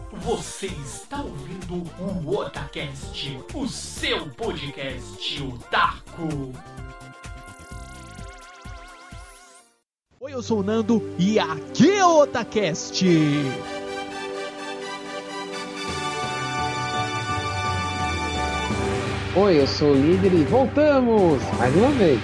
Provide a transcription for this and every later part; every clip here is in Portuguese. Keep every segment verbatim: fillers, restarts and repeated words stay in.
Você está ouvindo o Otacast, o seu podcast otaku. Oi, eu sou o Nando e aqui é o Otacast. Oi, eu sou o Líder e voltamos mais uma vez.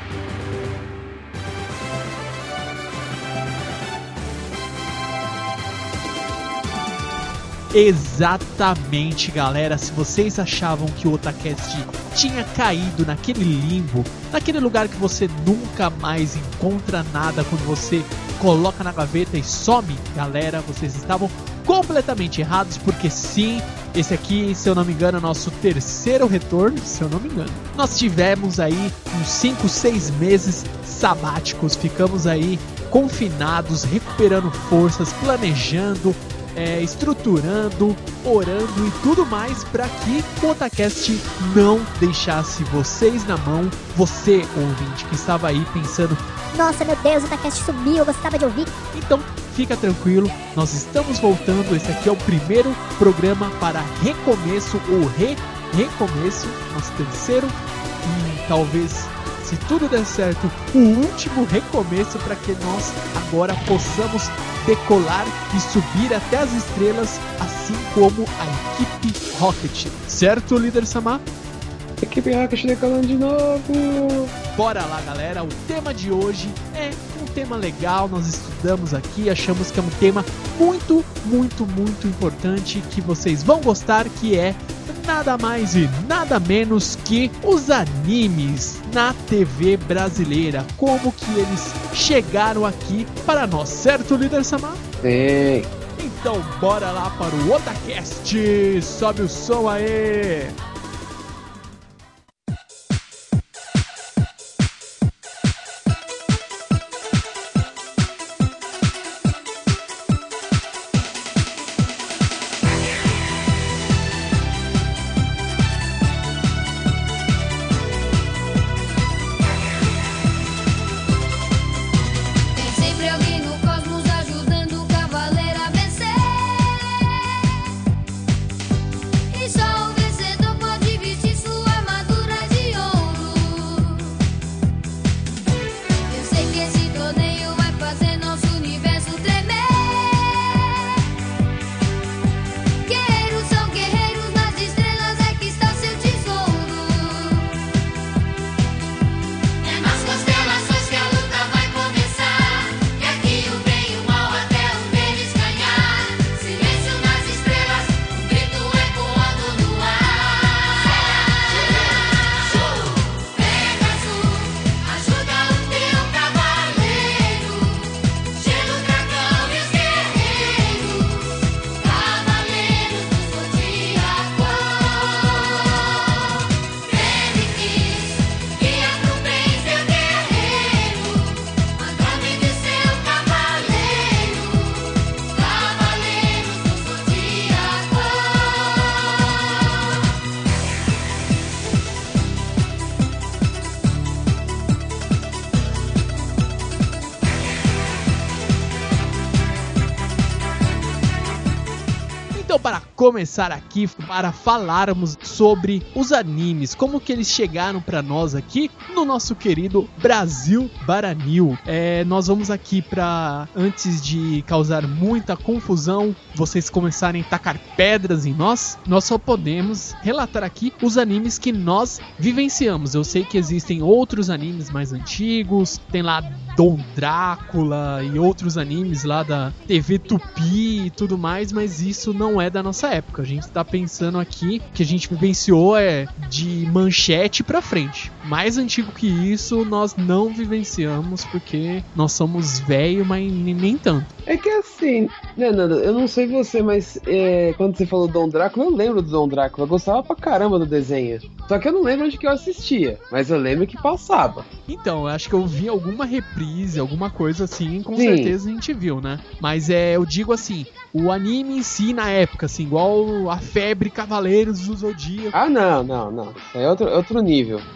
Exatamente, galera. Se vocês achavam que o Otacast tinha caído naquele limbo, naquele lugar que você nunca mais encontra nada quando você coloca na gaveta e some, galera, vocês estavam completamente errados, porque sim, esse aqui, se eu não me engano, é o nosso terceiro retorno, se eu não me engano. Nós tivemos aí uns cinco, seis meses sabáticos, ficamos aí confinados, recuperando forças, planejando, É, estruturando, orando e tudo mais para que o Otacast não deixasse vocês na mão. Você, ouvinte, que estava aí pensando: nossa, meu Deus, o Otacast sumiu, eu gostava de ouvir. Então, fica tranquilo, nós estamos voltando. Esse aqui é o primeiro programa para recomeço ou re-recomeço, nosso terceiro e talvez, se tudo der certo, o último recomeço para que nós agora possamos decolar e subir até as estrelas, assim como a equipe Rocket. Certo, líder Samar? Equipe Rocket decolando de novo! Bora lá, galera. O tema de hoje é um tema legal. Nós estudamos aqui, achamos que é um tema muito, muito, muito importante, que vocês vão gostar, que é nada mais e nada menos que os animes na T V brasileira. Como que eles chegaram aqui para nós, certo, líder Samar? Sim. Então bora lá para o Otacast. Sobe o som aí. Então, para começar aqui, para falarmos sobre os animes, como que eles chegaram para nós aqui no nosso querido Brasil Baranil. É, nós vamos aqui para, antes de causar muita confusão, vocês começarem a tacar pedras em nós, nós só podemos relatar aqui os animes que nós vivenciamos. Eu sei que existem outros animes mais antigos, tem lá Dom Drácula e outros animes lá da T V Tupi e tudo mais, mas isso não é da nossa época. A gente tá pensando aqui que a gente vivenciou é de Manchete pra frente. Mais antigo que isso nós não vivenciamos, porque nós somos velho, mas nem tanto. É que assim, né, Nando, eu não sei você, mas é, quando você falou Dom Drácula, eu lembro do Dom Drácula, eu gostava pra caramba do desenho. Só que eu não lembro onde que eu assistia, mas eu lembro que passava. Então, eu acho que eu vi alguma reprise, alguma coisa assim, com Sim. certeza a gente viu, né? Mas é, eu digo assim, o anime em si na época, assim, igual a febre Cavaleiros do Zodíaco. Ah, não, não, não. Isso aí é outro, outro nível. Vamos colocar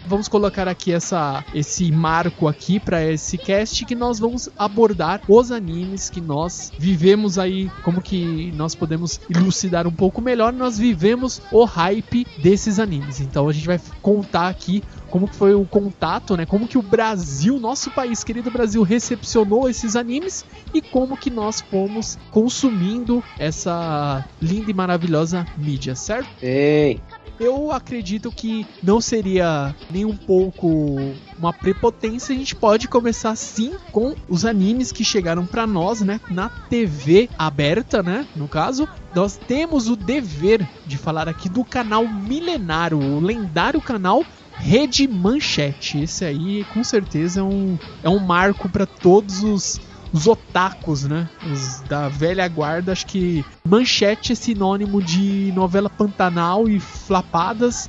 colocar aqui essa, esse marco aqui para esse cast que nós vamos abordar os animes que nós vivemos aí, como que nós podemos elucidar um pouco melhor, nós vivemos o hype desses animes. Então a gente vai contar aqui como que foi o contato, né? Como que o Brasil, nosso país, querido Brasil, recepcionou esses animes e como que nós fomos consumindo essa linda e maravilhosa mídia, certo? Ei. Eu acredito que não seria nem um pouco uma prepotência. A gente pode começar sim com os animes que chegaram pra nós, né, na T V aberta, né, no caso. Nós temos o dever de falar aqui do canal milenário, o lendário canal Rede Manchete. Esse aí com certeza é um, é um marco para todos os os otakus, né? Os da velha guarda. Acho que Manchete é sinônimo de novela Pantanal e flapadas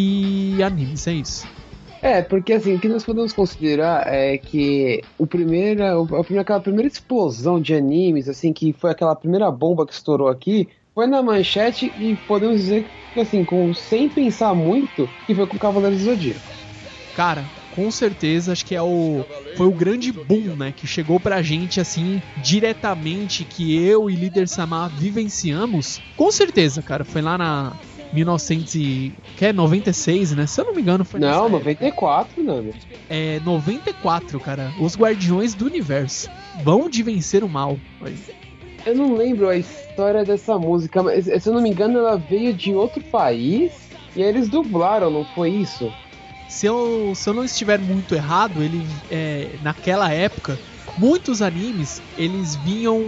e animes, é isso. É, porque assim, o que nós podemos considerar é que o primeiro, a primeira, aquela primeira explosão de animes, assim, que foi aquela primeira bomba que estourou aqui, foi na Manchete e podemos dizer que, assim, com, sem pensar muito, que foi com o Cavaleiros do Zodíaco. Cara, com certeza, acho que é o foi o grande boom, né, que chegou pra gente assim diretamente, que eu e Líder Samar vivenciamos. Com certeza, cara, foi lá na mil e novecentos e noventa e seis, né? Se eu não me engano, foi Não, noventa e quatro, não. É noventa e quatro, cara. Os Guardiões do Universo. Vão de vencer o mal. Eu não lembro a história dessa música, mas se eu não me engano, ela veio de outro país e aí eles dublaram, não foi isso? Se eu, se eu não estiver muito errado, ele, é, naquela época, muitos animes, eles vinham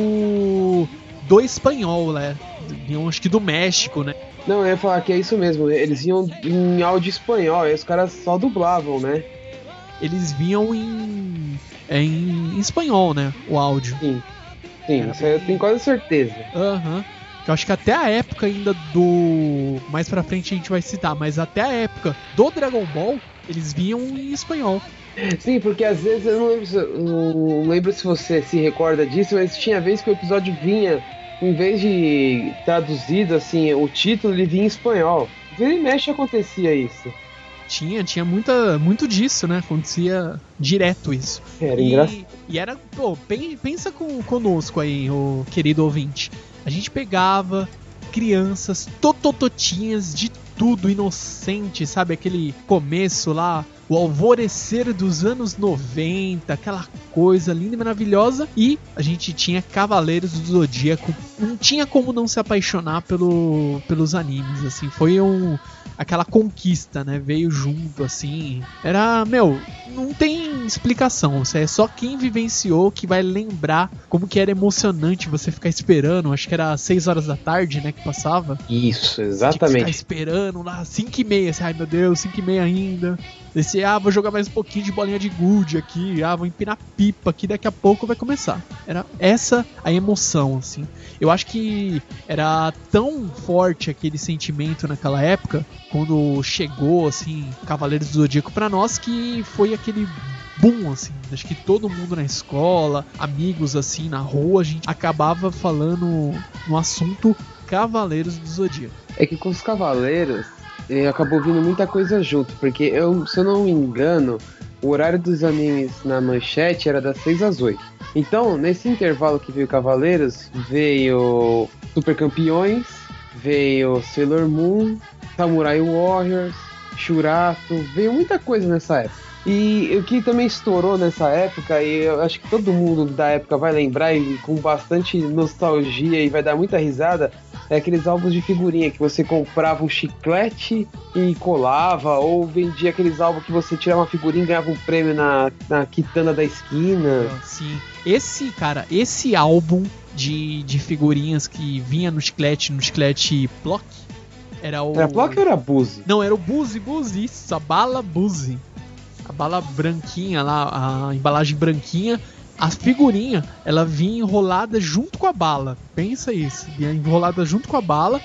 do do espanhol, né? Vinham, acho que do México, né? Não, eu ia falar que é isso mesmo, eles vinham em áudio espanhol, aí os caras só dublavam, né? Eles vinham em, em, em espanhol, né? O áudio. Sim, sim, isso eu tenho quase certeza. Aham. Uhum. Eu acho que até a época ainda do... Mais pra frente a gente vai citar, mas até a época do Dragon Ball, eles vinham em espanhol. Sim, porque às vezes, eu não lembro se, eu não lembro se você se recorda disso, mas tinha vez que o episódio vinha, em vez de traduzido, assim, o título, ele vinha em espanhol. Vira e mexe acontecia isso. Tinha, tinha muita, muito disso, né? Acontecia direto isso. Era e, engraçado. E era, pô, pensa com, conosco aí, o querido ouvinte. A gente pegava crianças totototinhas de tudo, inocente, sabe? Aquele começo lá, o alvorecer dos anos noventa, aquela coisa linda e maravilhosa. E a gente tinha Cavaleiros do Zodíaco. Não tinha como não se apaixonar pelo, pelos animes, assim. Foi um... aquela conquista, né? Veio junto, assim. Era, meu, não tem explicação. É só quem vivenciou que vai lembrar como que era emocionante você ficar esperando. Acho que era às seis horas da tarde, né? Que passava. Isso, exatamente. Ficar esperando lá, cinco e meia. Assim, ai, meu Deus, cinco e meia ainda. Desse, ah, vou jogar mais um pouquinho de bolinha de gude aqui. Ah, vou empinar pipa aqui. Daqui a pouco vai começar. Era essa a emoção, assim. Eu acho que era tão forte aquele sentimento naquela época, quando chegou, assim, Cavaleiros do Zodíaco pra nós, que foi aquele boom, assim. Acho que todo mundo na escola, amigos, assim, na rua, a gente acabava falando no assunto Cavaleiros do Zodíaco. É que com os Cavaleiros, eh, acabou vindo muita coisa junto, porque, eu, se eu não me engano, o horário dos animes na Manchete era das seis às oito. Então, nesse intervalo que veio Cavaleiros, veio Super Campeões, veio Sailor Moon, Samurai Warriors, Shurato, veio muita coisa nessa época. E o que também estourou nessa época, e eu acho que todo mundo da época vai lembrar e com bastante nostalgia e vai dar muita risada, é aqueles álbuns de figurinha que você comprava um chiclete e colava, ou vendia aqueles álbuns que você tirava uma figurinha e ganhava um prêmio na, na quitanda da esquina. Sim, esse, cara, esse álbum de, de figurinhas que vinha no chiclete, no chiclete Plock, era o... Era Plock ou era Buzzy? Não, era o Buzzy, Buzzy, isso, a bala Buzzy. A bala branquinha lá, a embalagem branquinha, a figurinha, ela vinha enrolada junto com a bala. Pensa isso, vinha enrolada junto com a bala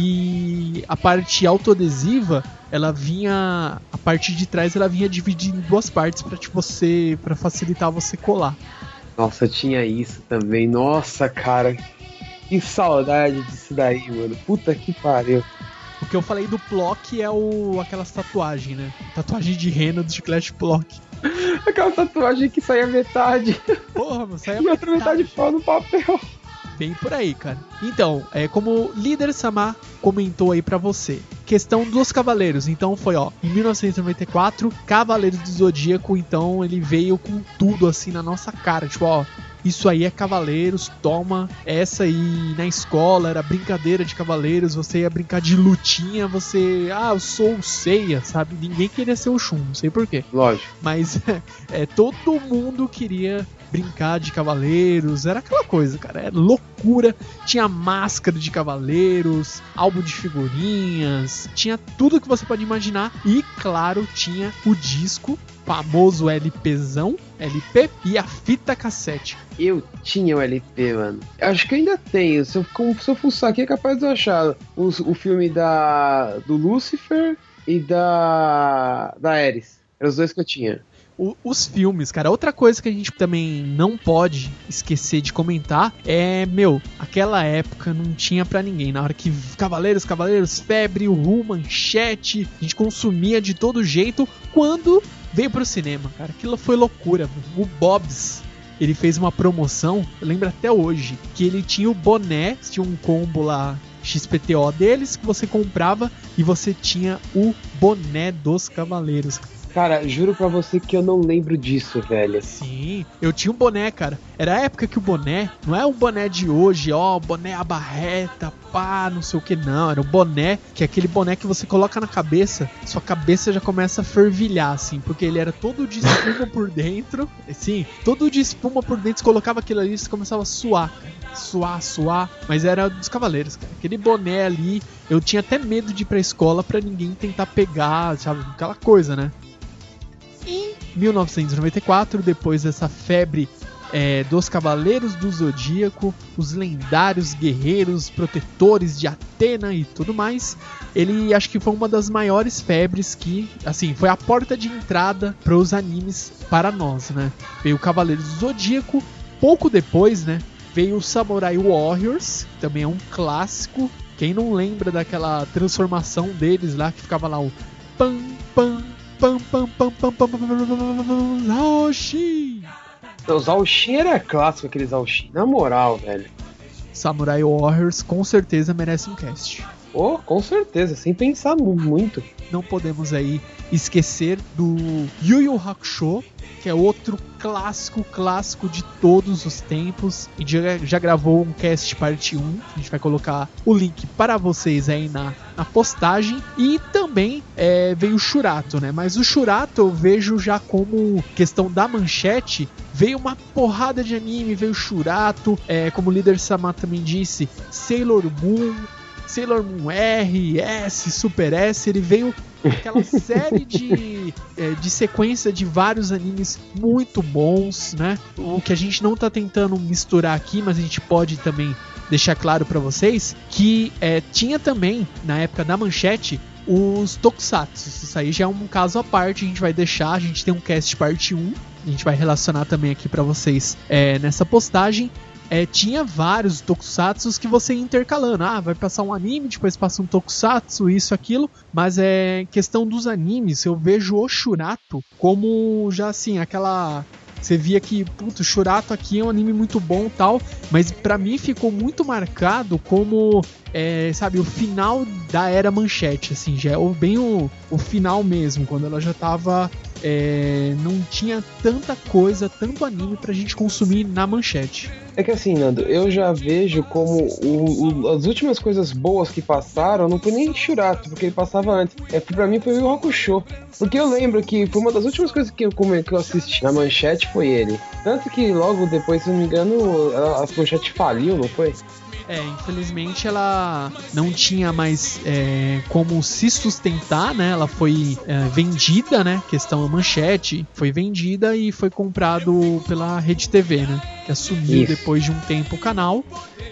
e a parte autoadesiva, ela vinha, a parte de trás ela vinha dividida em duas partes para você, para facilitar você colar. Nossa, tinha isso também. Nossa, cara, que saudade disso daí, mano. Puta que pariu. que eu falei do Plock é o aquelas tatuagens, né? Tatuagem de rena do chiclete Plock. Aquela tatuagem que saía metade. Porra, mano, saía e outra metade fora no papel. Bem por aí, cara. Então, é como o líder Samar comentou aí pra você. Questão dos Cavaleiros. Então foi, ó, em mil novecentos e noventa e quatro, Cavaleiros do Zodíaco, então ele veio com tudo assim na nossa cara. Tipo, ó, isso aí é Cavaleiros, toma essa aí. Na escola era brincadeira de Cavaleiros, você ia brincar de lutinha, você... Ah, eu sou o Seiya, sabe? Ninguém queria ser o Shun, não sei porquê. Lógico. Mas é, todo mundo queria brincar de Cavaleiros, era aquela coisa, cara, era loucura. Tinha máscara de Cavaleiros, álbum de figurinhas, tinha tudo que você pode imaginar. E, claro, tinha o disco, famoso LPzão, L P, e a fita cassete. Eu tinha o L P, mano. Acho que ainda tenho. Se eu, se eu fuçar aqui, é capaz de eu achar o, o filme da, do Lucifer e da, da Ares. Eram os dois que eu tinha. O, os filmes, cara, outra coisa que a gente também não pode esquecer de comentar é, meu, aquela época não tinha pra ninguém. Na hora que Cavaleiros, Cavaleiros, febre, o Ru, manchete, a gente consumia de todo jeito. Quando veio pro cinema, cara, aquilo foi loucura. O Bob's, ele fez uma promoção, eu lembro até hoje, que ele tinha o boné, tinha um combo lá X P T O deles, que você comprava e você tinha o boné dos Cavaleiros. Cara, juro pra você que eu não lembro disso, velho. Sim, eu tinha um boné, cara. Era a época que o boné, não é o boné de hoje, ó, boné aba reta, pá, não sei o que, não. Era um boné, que é aquele boné que você coloca na cabeça, sua cabeça já começa a fervilhar, assim, porque ele era todo de espuma por dentro. Sim, todo de espuma por dentro, você colocava aquilo ali e você começava a suar, cara. Suar, suar, mas era dos Cavaleiros, cara. Aquele boné ali, eu tinha até medo de ir pra escola pra ninguém tentar pegar, sabe, aquela coisa, né? Em mil novecentos e noventa e quatro, depois dessa febre é, dos Cavaleiros do Zodíaco, os lendários guerreiros protetores de Atena e tudo mais, ele acho que foi uma das maiores febres que, assim, foi a porta de entrada para os animes para nós, né? Veio o Cavaleiros do Zodíaco, pouco depois, né, veio o Samurai Warriors, que também é um clássico. Quem não lembra daquela transformação deles lá, que ficava lá o pam, pam, pam, pam, pam, pam, pam, pam, pam, Zaoshin. O Zaoshin era clássico, aquele Zaoshin. Na moral, velho. Samurai Warriors com certeza merece um cast. Oh, com certeza, sem pensar muito. Não podemos aí esquecer do Yu Yu Hakusho, que é outro clássico, clássico de todos os tempos. A gente já, já gravou um cast parte um, a gente vai colocar o link para vocês aí na, na postagem. E também é, veio o Shurato, né? Mas o Shurato eu vejo já como questão da manchete. Veio uma porrada de anime, veio o Shurato, é, como o líder Sama também disse, Sailor Moon, Sailor Moon R, S, Super S, ele veio aquela série de, é, de sequência de vários animes muito bons, né? O que a gente não tá tentando misturar aqui, mas a gente pode também deixar claro pra vocês, que é, tinha também, na época da manchete, os Tokusatsu. Isso aí já é um caso à parte, a gente vai deixar, a gente tem um cast parte um, a gente vai relacionar também aqui pra vocês é, nessa postagem. É, tinha vários tokusatsus que você ia intercalando. Ah, vai passar um anime, depois passa um tokusatsu, isso, aquilo. Mas é questão dos animes, eu vejo o Shurato como já assim, aquela... Você via que, puto, o Shurato aqui é um anime muito bom e tal, mas pra mim ficou muito marcado como, é, sabe, o final da era manchete, assim, já é bem o, o final mesmo, quando ela já tava... É, não tinha tanta coisa, tanto anime pra gente consumir na manchete. É que assim, Nando, eu já vejo como o, o, as últimas coisas boas que passaram não foi nem Shurato, porque ele passava antes. É, pra mim foi o Hakusho. Porque eu lembro que foi uma das últimas coisas que eu, que eu assisti na manchete foi ele. Tanto que logo depois, se não me engano, a, a manchete faliu, não foi? É, infelizmente ela não tinha mais é, como se sustentar, né? Ela foi é, vendida, né? Questão manchete, foi vendida e foi comprado pela Rede T V, né? Que assumiu Isso. depois de um tempo o canal,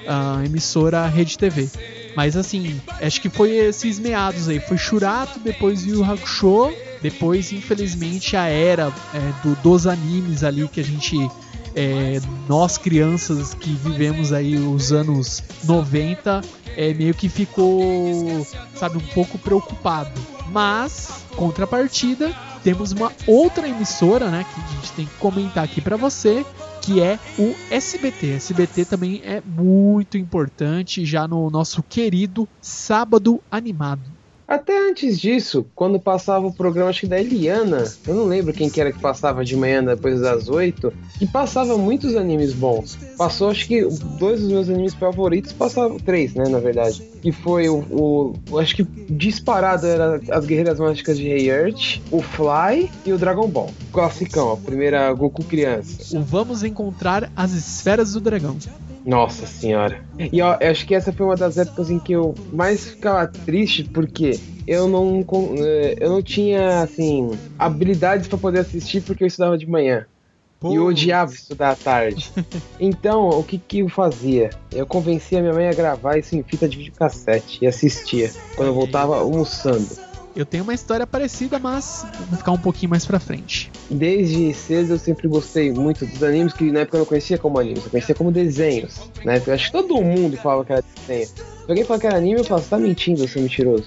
a emissora Rede T V. Mas assim, acho que foi esses meados aí, foi Shurato, depois Yu Yu Hakusho, depois infelizmente a era é, do, dos animes ali que a gente... É, nós crianças que vivemos aí os anos noventa é, meio que ficou, sabe, um pouco preocupado. Mas, contrapartida, temos uma outra emissora, né, que a gente tem que comentar aqui pra você, que é o S B T. S B T também é muito importante, já no nosso querido Sábado Animado. Até antes disso, quando passava o programa, acho que da Eliana, eu não lembro quem que era que passava de manhã depois das oito, e passava muitos animes bons. Passou, acho que dois dos meus animes favoritos, passavam três, né, na verdade. Que foi o, o acho que disparado era As Guerreiras Mágicas de Rei Earth, o Fly e o Dragon Ball. Classicão, a primeira Goku criança. O Vamos Encontrar as Esferas do Dragão. Nossa senhora. E ó, eu acho que essa foi uma das épocas em que eu mais ficava triste, porque eu não, eu não tinha, assim, habilidades para poder assistir, porque eu estudava de manhã. Pô. E eu odiava estudar à tarde. Então, o que que eu fazia? Eu convencia minha mãe a gravar isso em fita de videocassete e assistia quando eu voltava almoçando. Eu tenho uma história parecida, mas vou ficar um pouquinho mais pra frente. Desde cedo eu sempre gostei muito dos animes, que na época eu não conhecia como animes, eu conhecia como desenhos. Né? Eu acho que todo mundo fala que era desenho. Se alguém fala que era anime, eu falo, você tá mentindo, seu mentiroso.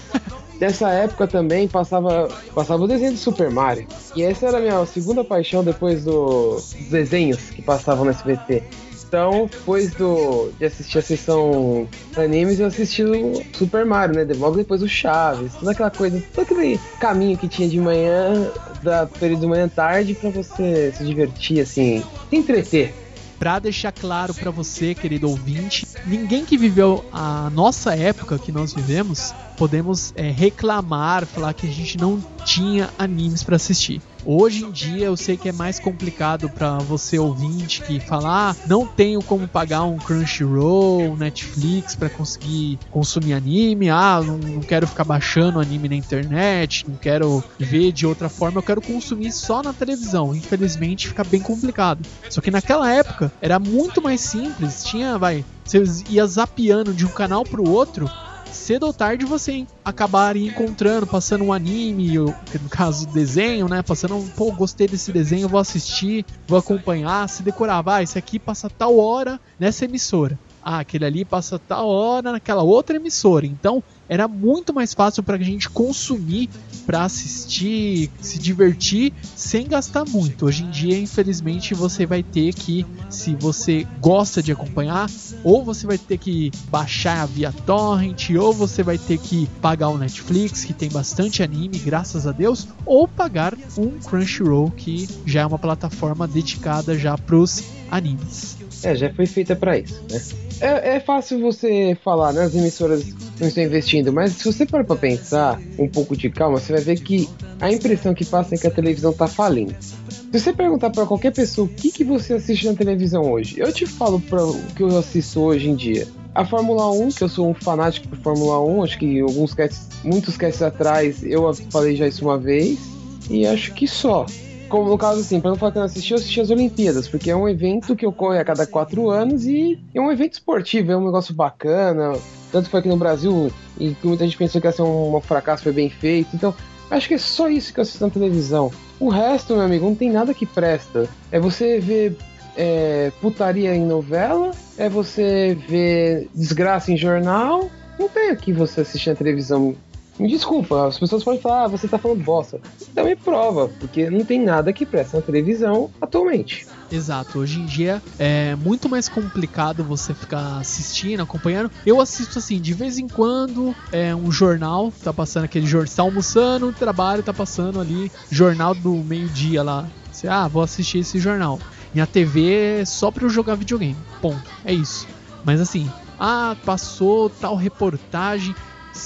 Nessa época também passava, passava o desenho do Super Mario. E essa era a minha segunda paixão depois do, dos desenhos que passavam no S B T. Então, depois do, de assistir a sessão animes, eu assisti o Super Mario, né? Logo depois o Chaves, toda aquela coisa, todo aquele caminho que tinha de manhã, da período de manhã à tarde, pra você se divertir, assim, se entreter. Pra deixar claro pra você, querido ouvinte, ninguém que viveu a nossa época que nós vivemos, podemos é, reclamar, falar que a gente não tinha animes pra assistir. Hoje em dia eu sei que é mais complicado pra você ouvinte que falar, ah, não tenho como pagar um Crunchyroll, um Netflix pra conseguir consumir anime, ah, não, não quero ficar baixando anime na internet, não quero ver de outra forma, eu quero consumir só na televisão. Infelizmente fica bem complicado. Só que naquela época era muito mais simples, tinha, vai, você ia zapeando de um canal pro outro, cedo ou tarde você acabaria encontrando, passando um anime, ou, no caso desenho, né, passando, pô, gostei desse desenho, vou assistir, vou acompanhar, se decorava, ah, esse aqui passa tal hora nessa emissora, ah, aquele ali passa tal hora naquela outra emissora, então era muito mais fácil para a gente consumir, para assistir, se divertir, sem gastar muito. Hoje em dia, infelizmente, você vai ter que, se você gosta de acompanhar, ou você vai ter que baixar via torrent, ou você vai ter que pagar o Netflix, que tem bastante anime, graças a Deus, ou pagar um Crunchyroll, que já é uma plataforma dedicada já pros animes. É, já foi feita pra isso, né? É, é fácil você falar, né? As emissoras não estão investindo, mas se você parar pra pensar um pouco de calma, você vai ver que a impressão que passa é que a televisão tá falindo. Se você perguntar pra qualquer pessoa o que, que você assiste na televisão hoje, eu te falo pra o que eu assisto hoje em dia. A Fórmula um, que eu sou um fanático por Fórmula um, acho que alguns casts, muitos casts atrás eu falei já isso uma vez, e acho que só. Como no caso, assim, pra não falar que eu não assisti, eu assisti as Olimpíadas, porque é um evento que ocorre a cada quatro anos e é um evento esportivo, é um negócio bacana. Tanto foi aqui no Brasil, e que muita gente pensou que ia ser um, um fracasso, foi bem feito. Então, acho que é só isso que eu assisto na televisão. O resto, meu amigo, não tem nada que presta. É você ver é, putaria em novela, é você ver desgraça em jornal. Não tem o que você assistir na televisão. Me desculpa, as pessoas podem falar, ah, você tá falando bosta. Então me prova, porque não tem nada que presta na televisão atualmente. Exato, hoje em dia é muito mais complicado você ficar assistindo, acompanhando. Eu assisto assim, de vez em quando, é um jornal, tá passando aquele jornal, tá almoçando, trabalho, tá passando ali, jornal do meio-dia lá. Você, ah, vou assistir esse jornal. Minha T V é só pra eu jogar videogame, ponto, é isso. Mas assim, ah, passou tal reportagem...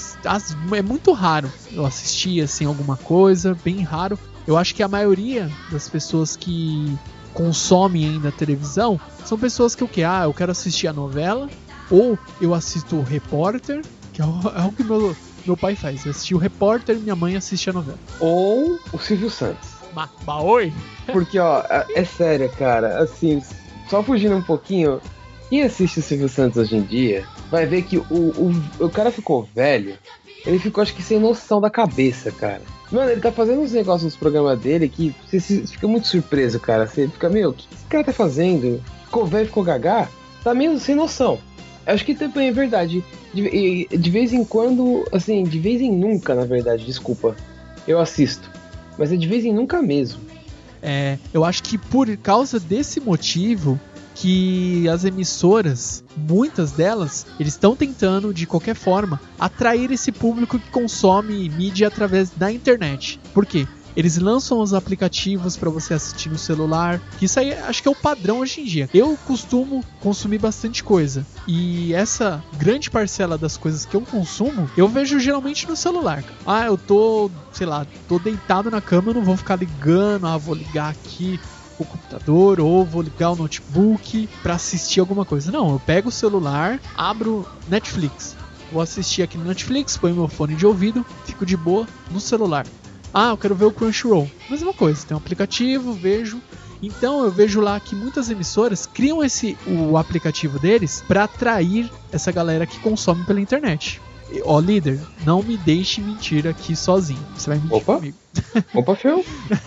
É muito raro eu assistir assim alguma coisa, bem raro. Eu acho que a maioria das pessoas que consomem ainda a televisão são pessoas que o que? Ah, eu quero assistir a novela, ou eu assisto o Repórter, que é o, é o que meu, meu pai faz. Eu assisti o Repórter e minha mãe assiste a novela. Ou o Silvio Santos. Ma, ma oi? Porque, ó, é sério, cara, assim, só fugindo um pouquinho, quem assiste o Silvio Santos hoje em dia vai ver que o, o, o cara ficou velho, ele ficou, acho que, sem noção da cabeça, cara. Mano, ele tá fazendo uns negócios nos programas dele que você fica muito surpreso, cara. Você fica, meu, o que esse cara tá fazendo? Ficou velho, ficou gagá? Tá meio sem noção. Acho que também é verdade. De, de vez em quando, assim, de vez em nunca, na verdade, desculpa, eu assisto. Mas é de vez em nunca mesmo. É, eu acho que por causa desse motivo que as emissoras, muitas delas, eles estão tentando, de qualquer forma, atrair esse público que consome mídia através da internet. Por quê? Eles lançam os aplicativos para você assistir no celular, que isso aí acho que é o padrão hoje em dia. Eu costumo consumir bastante coisa, e essa grande parcela das coisas que eu consumo, eu vejo geralmente no celular. Ah, eu tô, sei lá, tô deitado na cama, eu não vou ficar ligando, ah, vou ligar aqui o computador ou vou ligar o notebook para assistir alguma coisa. Não, eu pego o celular, abro Netflix, vou assistir aqui no Netflix, ponho meu fone de ouvido, fico de boa no celular. Ah, eu quero ver o Crunchyroll. Mesma coisa, tem um aplicativo, vejo. Então eu vejo lá que muitas emissoras criam esse, o aplicativo deles para atrair essa galera que consome pela internet. E, ó, líder, não me deixe mentir aqui sozinho. Você vai mentir Opa. comigo. Opa, Fel.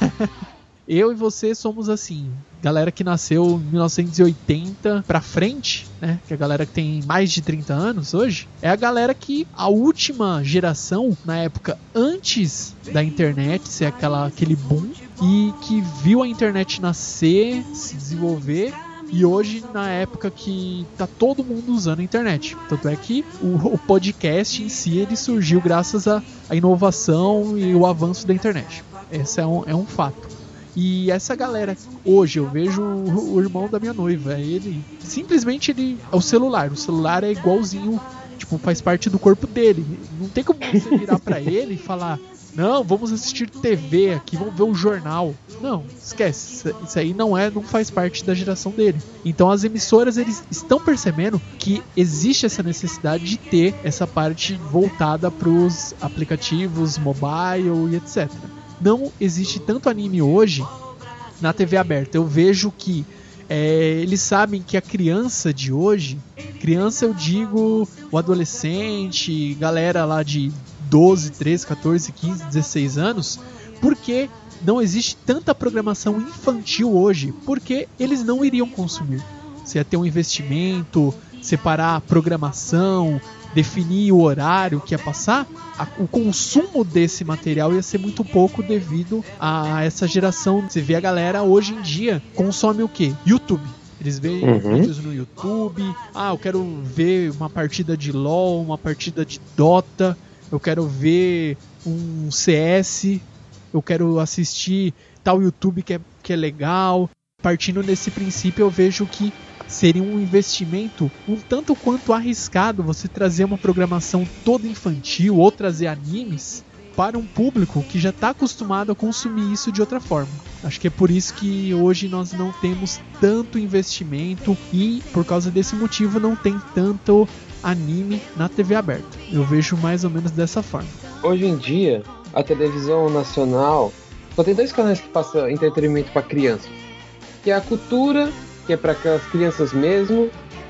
Eu e você somos assim, galera que nasceu em mil novecentos e oitenta pra frente, né? Que é a galera que tem mais de trinta anos hoje. É a galera que a última geração, na época antes da internet ser aquela, aquele boom, e que viu a internet nascer, se desenvolver. E hoje, na época que tá todo mundo usando a internet. Tanto é que o, o podcast em si ele surgiu graças à inovação e o avanço da internet. Esse é um, é um fato. E essa galera, hoje eu vejo o, o irmão da minha noiva, ele simplesmente ele é o celular, o celular é igualzinho, tipo, faz parte do corpo dele. Não tem como você virar pra ele e falar, não, vamos assistir T V aqui, vamos ver o jornal. Não, esquece, isso aí não é, não faz parte da geração dele. Então as emissoras, eles estão percebendo que existe essa necessidade de ter essa parte voltada pros aplicativos, mobile e etcétera. Não existe tanto anime hoje na T V aberta. Eu vejo que é, eles sabem que a criança de hoje, criança eu digo o adolescente, galera lá de doze, treze, catorze, quinze, dezesseis anos, porque não existe tanta programação infantil hoje, porque eles não iriam consumir. Você ia ter um investimento, separar a programação, definir o horário que ia passar, a, o consumo desse material ia ser muito pouco devido a essa geração. Você vê a galera hoje em dia consome o quê? YouTube. Eles veem uhum. vídeos no YouTube. Ah, eu quero ver uma partida de LoL, uma partida de Dota, eu quero ver um C S, eu quero assistir tal YouTube que é, que é legal. Partindo desse princípio, eu vejo que seria um investimento um tanto quanto arriscado você trazer uma programação toda infantil ou trazer animes para um público que já está acostumado a consumir isso de outra forma. Acho que é por isso que hoje nós não temos tanto investimento e por causa desse motivo não tem tanto anime na T V aberta. Eu vejo mais ou menos dessa forma. Hoje em dia, a televisão nacional só tem dois canais que passam entretenimento para crianças, que é a Cultura, que é para aquelas crianças mesmo,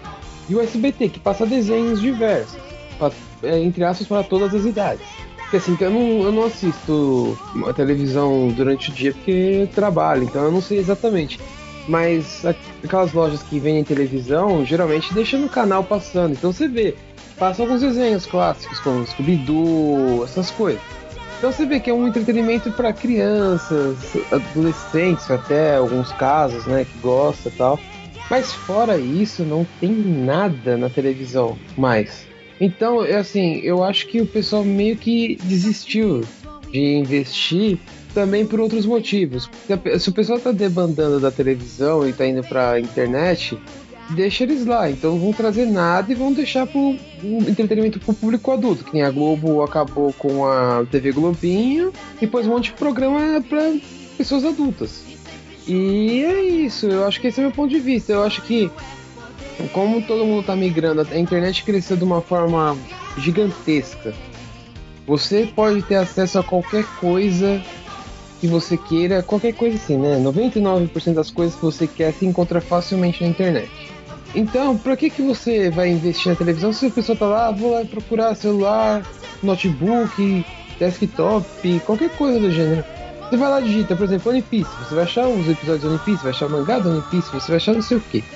e o S B T, que passa desenhos diversos, pra, é, entre aspas, para todas as idades. Porque assim, eu não, eu não assisto a televisão durante o dia porque eu trabalho, então eu não sei exatamente. Mas aquelas lojas que vendem televisão, geralmente deixam no canal passando, então você vê, passa alguns desenhos clássicos, como Scooby-Doo, essas coisas. Então você vê que é um entretenimento para crianças, adolescentes até, alguns casos, né, que gosta e tal. Mas fora isso, não tem nada na televisão mais. Então, é assim, eu acho que o pessoal meio que desistiu de investir também por outros motivos. Se o pessoal tá debandando da televisão e tá indo pra internet, deixa eles lá. Então não vão trazer nada e vão deixar pro um entretenimento pro público adulto, que nem a Globo acabou com a T V Globinho e pôs um monte de programa pra pessoas adultas. E é isso, eu acho que esse é o meu ponto de vista. Eu acho que como todo mundo tá migrando, a internet cresceu de uma forma gigantesca. Você pode ter acesso a qualquer coisa que você queira, qualquer coisa assim, né? noventa e nove por cento das coisas que você quer se encontra facilmente na internet. Então, pra que que você vai investir na televisão se a pessoa tá lá, vou lá procurar celular, notebook, desktop, qualquer coisa do gênero. Você vai lá e digita, por exemplo, One Piece, você vai achar os episódios do One Piece, vai achar o mangá do One Piece, você vai achar não sei o que.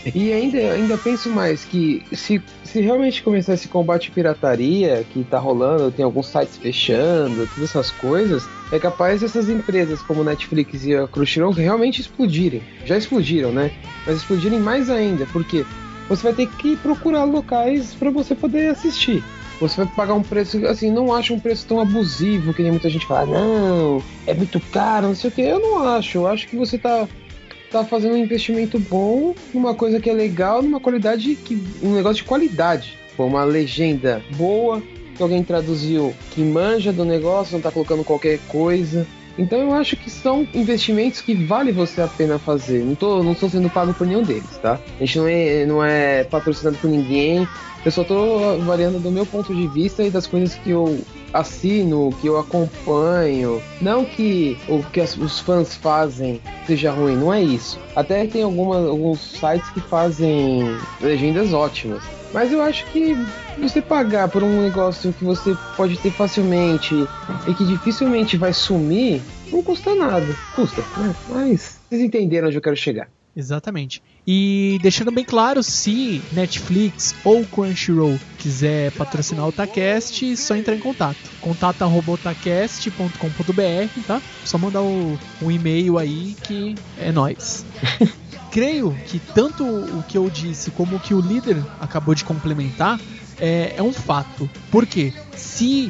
E ainda, ainda penso mais que se, se realmente começar esse combate à pirataria que tá rolando, tem alguns sites fechando, todas essas coisas, é capaz dessas empresas como Netflix e a Crunchyroll realmente explodirem. Já explodiram, né? Mas explodirem mais ainda, porque você vai ter que procurar locais para você poder assistir. Você vai pagar um preço, assim, não acho um preço tão abusivo, que nem muita gente fala, não, é muito caro, não sei o que. Eu não acho, eu acho que você tá, tá fazendo um investimento bom numa coisa que é legal, numa qualidade, que, um negócio de qualidade. Pô, uma legenda boa, que alguém traduziu, que manja do negócio, não tá colocando qualquer coisa. Então eu acho que são investimentos que vale você a pena fazer. Não tô, não tô sendo pago por nenhum deles, tá? A gente não é, não é patrocinado por ninguém. Eu só tô avaliando do meu ponto de vista e das coisas que eu assino, que eu acompanho. Não que o que as, os fãs fazem seja ruim, não é isso. Até tem alguma, alguns sites que fazem legendas ótimas. Mas eu acho que você pagar por um negócio que você pode ter facilmente e que dificilmente vai sumir, não custa nada. Custa, né? Mas vocês entenderam onde eu quero chegar. Exatamente. E deixando bem claro, se Netflix ou Crunchyroll quiser patrocinar o Otacast, só entrar em contato. contato arroba otacast ponto com ponto b r, tá? Só mandar o, o e-mail aí que é nóis. Creio que tanto o que eu disse como o que o líder acabou de complementar é, é um fato. Por quê? Se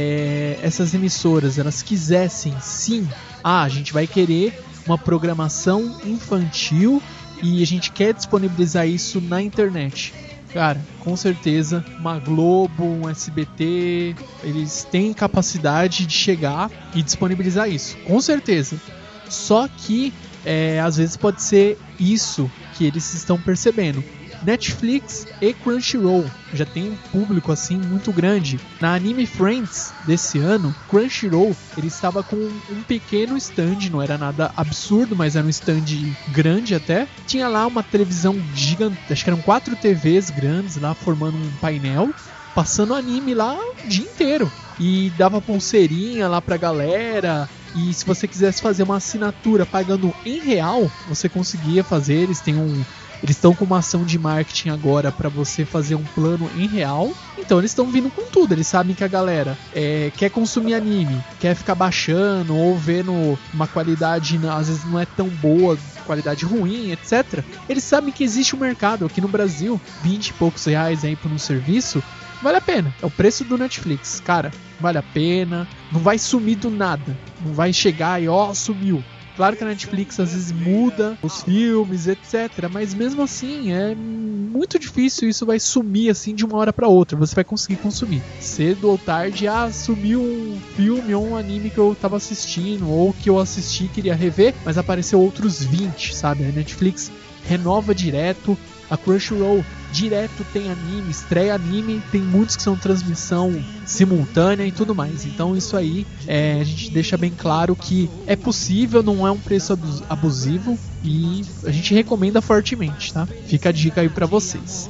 é, essas emissoras elas quisessem sim, ah, a gente vai querer uma programação infantil e a gente quer disponibilizar isso na internet. Cara, com certeza uma Globo, um S B T, eles têm capacidade de chegar e disponibilizar isso, com certeza. Só que é, às vezes pode ser isso que eles estão percebendo. Netflix e Crunchyroll já tem um público assim muito grande. Na Anime Friends desse ano, Crunchyroll ele estava com um pequeno stand, não era nada absurdo, mas era um stand grande até. Tinha lá uma televisão gigante, acho que eram quatro T Vs grandes lá formando um painel, passando anime lá o dia inteiro. E dava pulseirinha lá pra galera. E se você quisesse fazer uma assinatura pagando em real, você conseguia fazer. Eles têm um Eles estão com uma ação de marketing agora para você fazer um plano em real. Então eles estão vindo com tudo. Eles sabem que a galera é, quer consumir anime, quer ficar baixando ou vendo uma qualidade, às vezes não é tão boa, qualidade ruim, etcétera. Eles sabem que existe um mercado aqui no Brasil, vinte e poucos reais aí por um serviço. Vale a pena, é o preço do Netflix. Cara, vale a pena, não vai sumir do nada. Não vai chegar e ó, sumiu. Claro que a Netflix às vezes muda os filmes, etcétera. Mas mesmo assim, é muito difícil isso vai sumir assim de uma hora pra outra. Você vai conseguir consumir. Cedo ou tarde, ah, sumiu um filme ou um anime que eu tava assistindo, ou que eu assisti e queria rever, mas apareceu outros vinte, sabe? A Netflix renova direto. A Crunchyroll direto tem anime, estreia anime, tem muitos que são transmissão simultânea e tudo mais. Então isso aí é, a gente deixa bem claro que é possível, não é um preço abusivo e a gente recomenda fortemente, tá? Fica a dica aí pra vocês.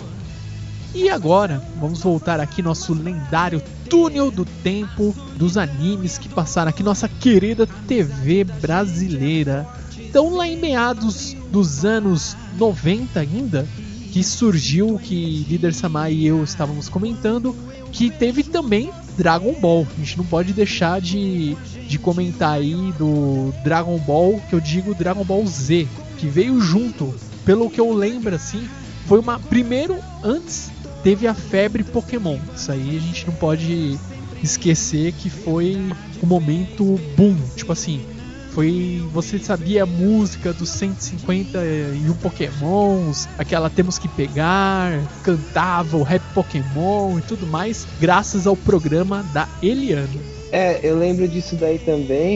E agora, vamos voltar aqui nosso lendário túnel do tempo dos animes que passaram aqui, nossa querida T V brasileira. Então lá em meados dos anos noventa ainda, que surgiu, que Líder Samar e eu estávamos comentando, que teve também Dragon Ball. A gente não pode deixar de, de comentar aí do Dragon Ball, que eu digo Dragon Ball Z, que veio junto, pelo que eu lembro assim, foi uma... Primeiro, antes, teve a febre Pokémon. Isso aí a gente não pode esquecer que foi um momento boom, tipo assim... Foi, você sabia a música dos cento e cinquenta e um Pokémons, aquela Temos que Pegar, cantava o rap Pokémon e tudo mais, graças ao programa da Eliana. É, eu lembro disso daí também,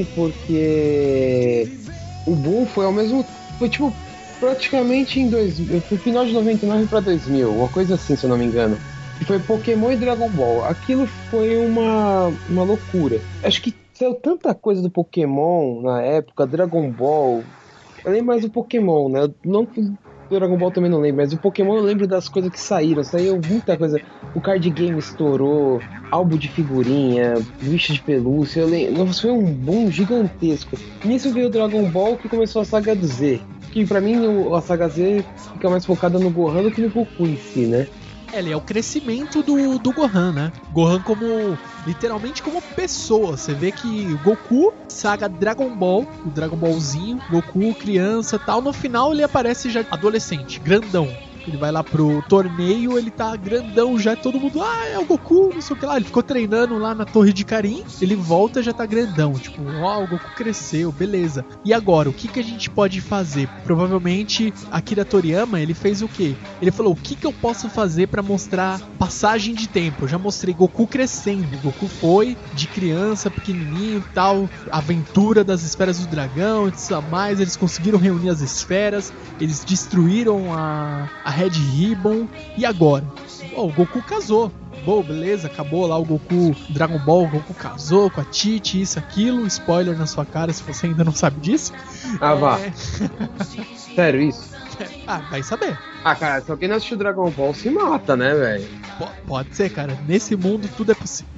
porque o boom foi ao mesmo... Foi tipo, praticamente em dois mil, foi final de noventa e nove pra dois mil, uma coisa assim, se eu não me engano. E foi Pokémon e Dragon Ball. Aquilo foi uma, uma loucura. Acho que saiu tanta coisa do Pokémon na época, Dragon Ball. Eu lembro mais do Pokémon, né? Não do Dragon Ball também não lembro, mas o Pokémon eu lembro das coisas que saíram. Saiu muita coisa. O card game estourou, álbum de figurinha, bicho de pelúcia. Eu lembro, foi um boom gigantesco. Nisso veio o Dragon Ball, que começou a saga do Z. que pra mim o, a saga Z fica mais focada no Gohan do que no Goku em si, né? Ele é o crescimento do, do Gohan, né? Gohan como, literalmente como pessoa. Você vê que o Goku, saga Dragon Ball, o Dragon Ballzinho, Goku, criança e tal, no final ele aparece já adolescente, grandão. Ele vai lá pro torneio, ele tá grandão já, todo mundo, ah, é o Goku, não sei o que lá. Ele ficou treinando lá na Torre de Karin, ele volta já tá grandão, tipo, ó, oh, o Goku cresceu, beleza. E agora, o que que a gente pode fazer? Provavelmente, Akira Toriyama, ele fez o quê? Ele falou, o que que eu posso fazer pra mostrar passagem de tempo? Eu já mostrei Goku crescendo, Goku foi de criança, pequenininho e tal, aventura das esferas do dragão e tudo mais, eles conseguiram reunir as esferas, eles destruíram a, a Red Ribbon, e agora? Oh, o Goku casou. Bom, beleza, acabou lá o Goku Dragon Ball, o Goku casou com a Titi, isso, aquilo. Spoiler na sua cara se você ainda não sabe disso. Ah, é... vá. Sério isso? Ah, vai saber. Ah, cara, só quem não assistiu Dragon Ball se mata, né, velho? P- pode ser, cara. Nesse mundo tudo é possível.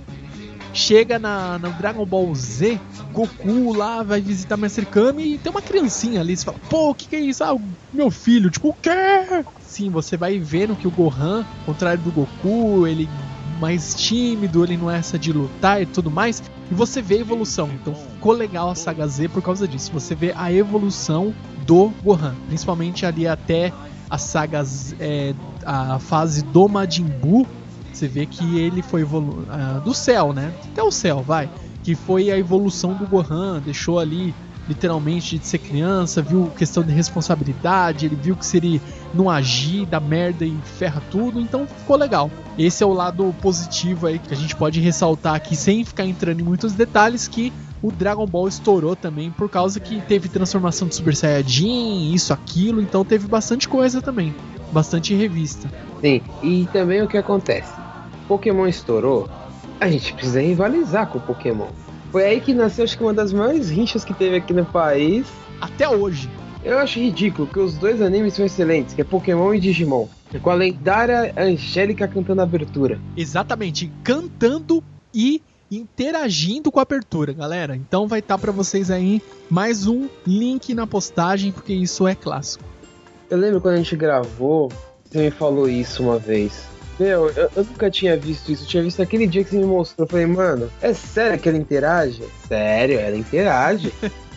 Chega na, no Dragon Ball Z, Goku lá vai visitar Mestre Kami e tem uma criancinha ali. Você fala, pô, o que, que é isso? Ah, o meu filho. Tipo, o quê? Sim, você vai vendo que o Gohan, ao contrário do Goku, ele mais tímido, ele não é essa de lutar e tudo mais. E você vê a evolução. Então ficou legal a saga Z por causa disso. Você vê a evolução do Gohan. Principalmente ali até a saga, é, a fase do Majin Buu. Você vê que ele foi evolu- uh, do céu, né? Até o céu, vai. Que foi a evolução do Gohan. Deixou ali, literalmente, de ser criança. Viu questão de responsabilidade. Ele viu que se ele não agir, dá merda e ferra tudo. Então ficou legal. Esse é o lado positivo aí que a gente pode ressaltar aqui, sem ficar entrando em muitos detalhes, que o Dragon Ball estourou também por causa que teve transformação de Super Saiyajin, isso, aquilo. Então teve bastante coisa também. Bastante revista. Sim, e também o que acontece? Pokémon estourou, a gente precisa rivalizar com o Pokémon. Foi aí que nasceu, acho que uma das maiores rixas que teve aqui no país. Até hoje. Eu acho ridículo que os dois animes são excelentes, que é Pokémon e Digimon. Com a lendária Angélica cantando a abertura. Exatamente, cantando e interagindo com a abertura, galera. Então vai estar pra vocês aí mais um link na postagem, porque isso é clássico. Eu lembro quando a gente gravou, você me falou isso uma vez. Meu, eu, eu nunca tinha visto isso. Eu tinha visto aquele dia que você me mostrou. Eu falei, mano, é sério que ela interage? Sério, ela interage.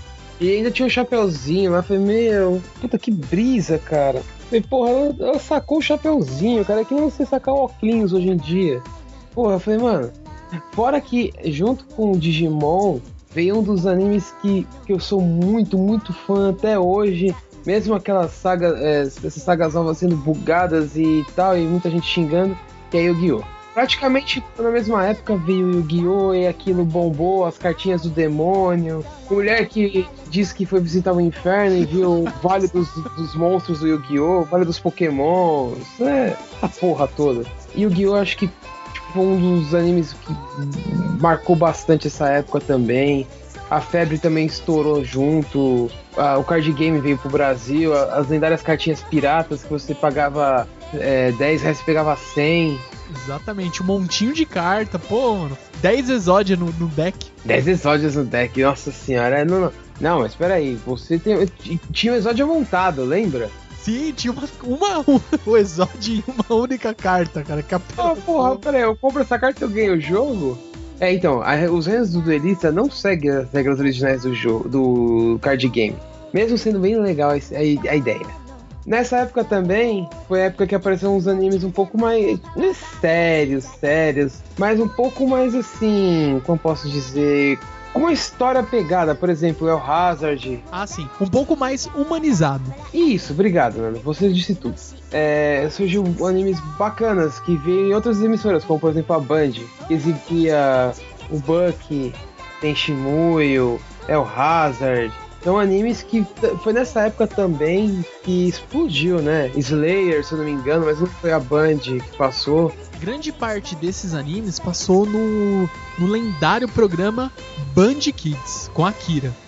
E ainda tinha um chapeuzinho lá. Eu falei, meu, puta que brisa, cara. Eu falei, porra, ela, ela sacou o chapeuzinho, cara. É que nem você sacar o óculos hoje em dia. Porra, eu falei, mano. Fora que, junto com o Digimon, veio um dos animes que, que eu sou muito, muito fã até hoje. Mesmo aquelas sagas, é, essas sagas novas sendo bugadas e tal, e muita gente xingando, que é Yu-Gi-Oh! Praticamente na mesma época veio Yu-Gi-Oh! E aquilo bombou, as cartinhas do demônio, mulher que diz que foi visitar o inferno e viu o Vale dos, dos Monstros do Yu-Gi-Oh!, o Vale dos Pokémon, isso é a porra toda. Yu-Gi-Oh! Acho que tipo, foi um dos animes que marcou bastante essa época também. A febre também estourou junto, ah, o card game veio pro Brasil, as lendárias cartinhas piratas que você pagava é, dez reais e pegava cem. Exatamente, um montinho de carta, pô, mano, dez exódias no, no deck. dez exódias no deck, nossa senhora, não, não, não mas peraí, você tem, tinha um exódio montado, lembra? Sim, tinha uma, uma, um exódio em uma única carta, cara. Que ah, porra, peraí, eu compro essa carta e eu ganho o jogo? É, então, a, os reinos do duelista não seguem as regras originais do jogo, do card game. Mesmo sendo bem legal a, a, a ideia. Nessa época também, foi a época que apareceram uns animes um pouco mais... Não é sérios, sérios, mas um pouco mais assim, como posso dizer... Com uma história pegada, por exemplo, El Hazard. Ah, sim, um pouco mais humanizado. Isso, obrigado, mano. Você disse tudo. É, surgiu animes bacanas que veio em outras emissoras, como por exemplo a Band, que exibia o Bucky, Tenshimuyo, El Hazard. São animes que foi nessa época também que explodiu, né? Slayer, se eu não me engano, mas não foi a Band que passou. Grande parte desses animes passou no, no lendário programa Band Kids, com a Akira.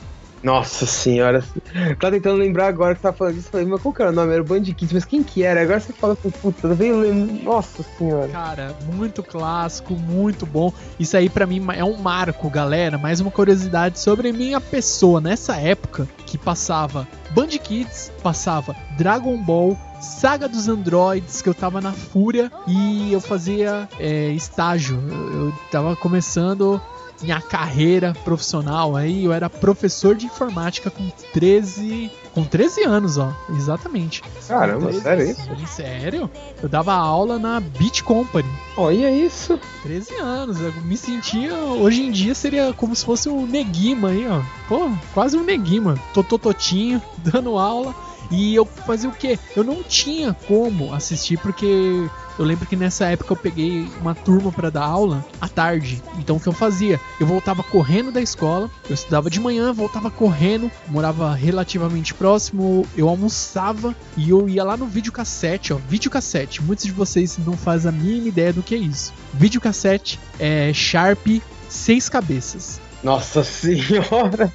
Nossa senhora. Tá tentando lembrar agora que você tá falando disso. Eu falei, mas qual que era o nome? Era o Band Kids, mas quem que era? Agora você fala, puta, veio lembrar. Nossa senhora. Cara, muito clássico, muito bom. Isso aí pra mim é um marco, galera. Mais uma curiosidade sobre minha pessoa. Nessa época que passava Band Kids, passava Dragon Ball, Saga dos Androids, que eu tava na fúria e eu fazia é, estágio. Eu, eu tava começando minha carreira profissional aí, eu era professor de informática com treze, com treze anos, ó, exatamente. Caramba, treze, sério isso? Sério? Eu dava aula na Beat Company. Olha isso. treze anos, eu me sentia, hoje em dia seria como se fosse um Neguima aí, ó. Pô, quase um Neguima, totototinho, dando aula. E eu fazia o quê? Eu não tinha como assistir, porque eu lembro que nessa época eu peguei uma turma pra dar aula à tarde. Então o que eu fazia? Eu voltava correndo da escola, eu estudava de manhã, voltava correndo, morava relativamente próximo, eu almoçava e eu ia lá no videocassete, ó, videocassete. Muitos de vocês não fazem a mínima ideia do que é isso. Videocassete é Sharp seis cabeças. Nossa senhora!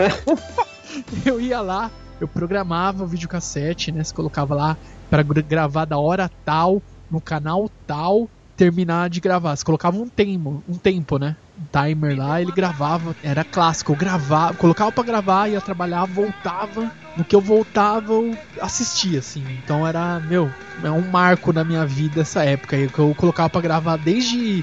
Eu ia lá, eu programava o videocassete, né? Você colocava lá para gravar da hora tal, no canal tal, terminar de gravar. Você colocava um tempo, um tempo, né? Um timer lá, ele gravava, era clássico. Eu gravava, colocava para gravar, ia trabalhar, voltava. No que eu voltava, eu assistia, assim. Então era, meu, é um marco na minha vida essa época aí, que eu colocava para gravar desde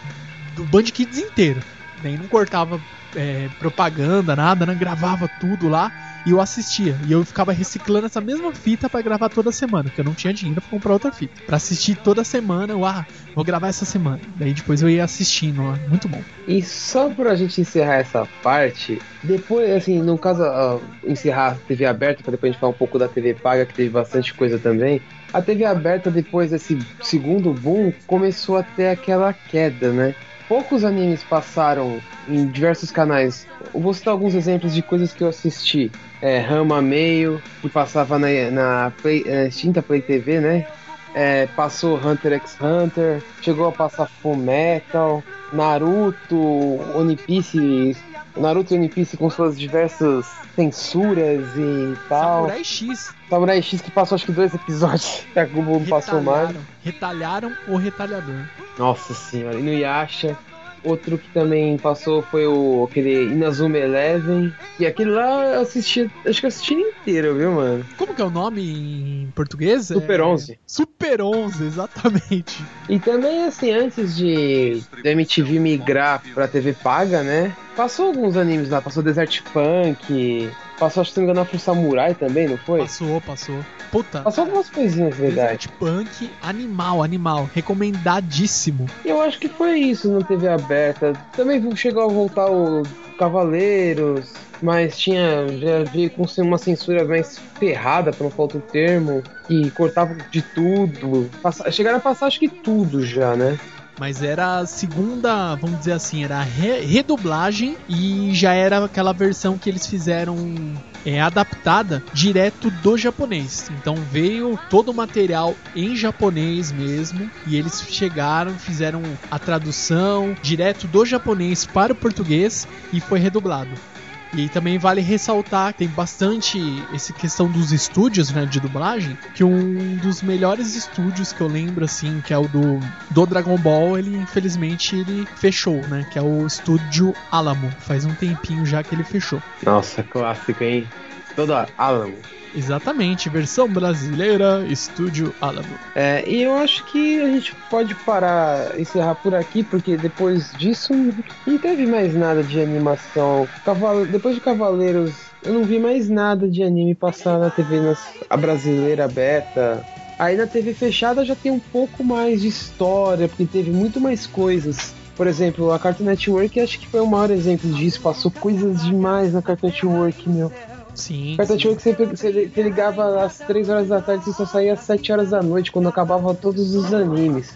do Band Kids inteiro. Nem não cortava é, propaganda, nada, né? Gravava tudo lá. E eu assistia, e eu ficava reciclando essa mesma fita pra gravar toda semana, porque eu não tinha dinheiro pra comprar outra fita. Pra assistir toda semana, eu, ah, vou gravar essa semana. Daí depois eu ia assistindo, ó, muito bom. E só pra gente encerrar essa parte, depois, assim, no caso, uh, encerrar a T V aberta, pra depois a gente falar um pouco da T V paga, que teve bastante coisa também. A T V aberta, depois desse segundo boom, começou a ter aquela queda, né? Poucos animes passaram em diversos canais. Eu vou citar alguns exemplos de coisas que eu assisti. É, Rama Meio, que passava na, na, Play, na extinta Play T V, né? É, passou Hunter x Hunter, chegou a passar Fullmetal, Naruto, One Piece, Naruto e One Piece com suas diversas censuras e tal. Samurai X. Samurai X que passou acho que dois episódios, que a Globo não passou mais. Retalharam o retalhador. Nossa senhora, e no Yasha. Outro que também passou foi o aquele Inazuma Eleven. E aquele lá eu assisti, acho que eu assisti inteiro, viu, mano? Como que é o nome em português? Super é... onze. Super onze, exatamente. E também, assim, antes de da M T V migrar pra T V paga, né? Passou alguns animes lá, passou Desert Punk, passou, acho que se não me engano, Afro Samurai também, não foi? Passou, passou. Puta. Passou algumas coisinhas legais. Desert Punk, animal, animal. Recomendadíssimo. Eu acho que foi isso na T V aberta. Também chegou a voltar o Cavaleiros, mas tinha, já veio com uma censura mais ferrada, pra não falar outro termo, e cortava de tudo. Passa, chegaram a passar acho que tudo já, né? Mas era a segunda, vamos dizer assim, era a re- redublagem e já era aquela versão que eles fizeram é, adaptada direto do japonês. Então veio todo o material em japonês mesmo e eles chegaram, fizeram a tradução direto do japonês para o português e foi redublado. E também vale ressaltar que tem bastante essa questão dos estúdios, né, de dublagem, que um dos melhores estúdios que eu lembro, assim, que é o do, do Dragon Ball, ele infelizmente ele fechou, né, que é o estúdio Alamo. Faz um tempinho já que ele fechou. Nossa, clássico, hein? Toda Alamo. Exatamente, versão brasileira, Estúdio Alamo. É, e eu acho que a gente pode parar, encerrar por aqui, porque depois disso não teve mais nada de animação. Caval... Depois de Cavaleiros, eu não vi mais nada de anime passar na T V nas... a brasileira aberta. Aí na T V fechada já tem um pouco mais de história, porque teve muito mais coisas. Por exemplo, a Cartoon Network acho que foi o maior exemplo disso. Passou coisas demais na Cartoon Network, meu. Sim. Cartoon Network você, você, você ligava às três horas da tarde e só saía às sete horas da noite, quando acabava todos os animes.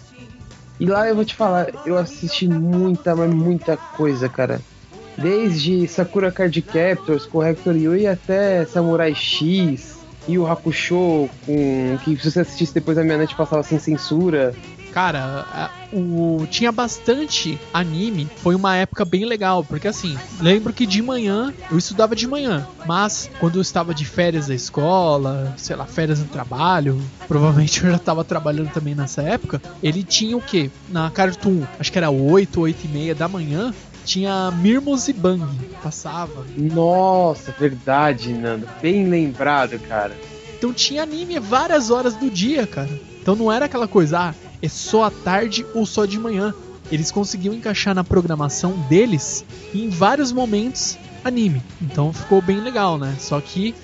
E lá eu vou te falar, eu assisti muita, mas muita coisa, cara. Desde Sakura Card Captors, Corrector Yui até Samurai X, Yu Hakusho, com, que se você assistisse depois da meia-noite passava sem censura. Cara, a, o, tinha bastante anime. Foi uma época bem legal, porque assim, lembro que de manhã, eu estudava de manhã, mas quando eu estava de férias da escola, sei lá, férias no trabalho, provavelmente eu já estava trabalhando também nessa época, ele tinha o quê? Na Cartoon, acho que era oito, oito e meia da manhã, tinha Mirmos e Bang, passava. Nossa, verdade, Nando. Bem lembrado, cara. Então tinha anime várias horas do dia, cara. Então não era aquela coisa, ah, é só à tarde ou só de manhã. Eles conseguiam encaixar na programação deles, em vários momentos, anime. Então ficou bem legal, né? Só que,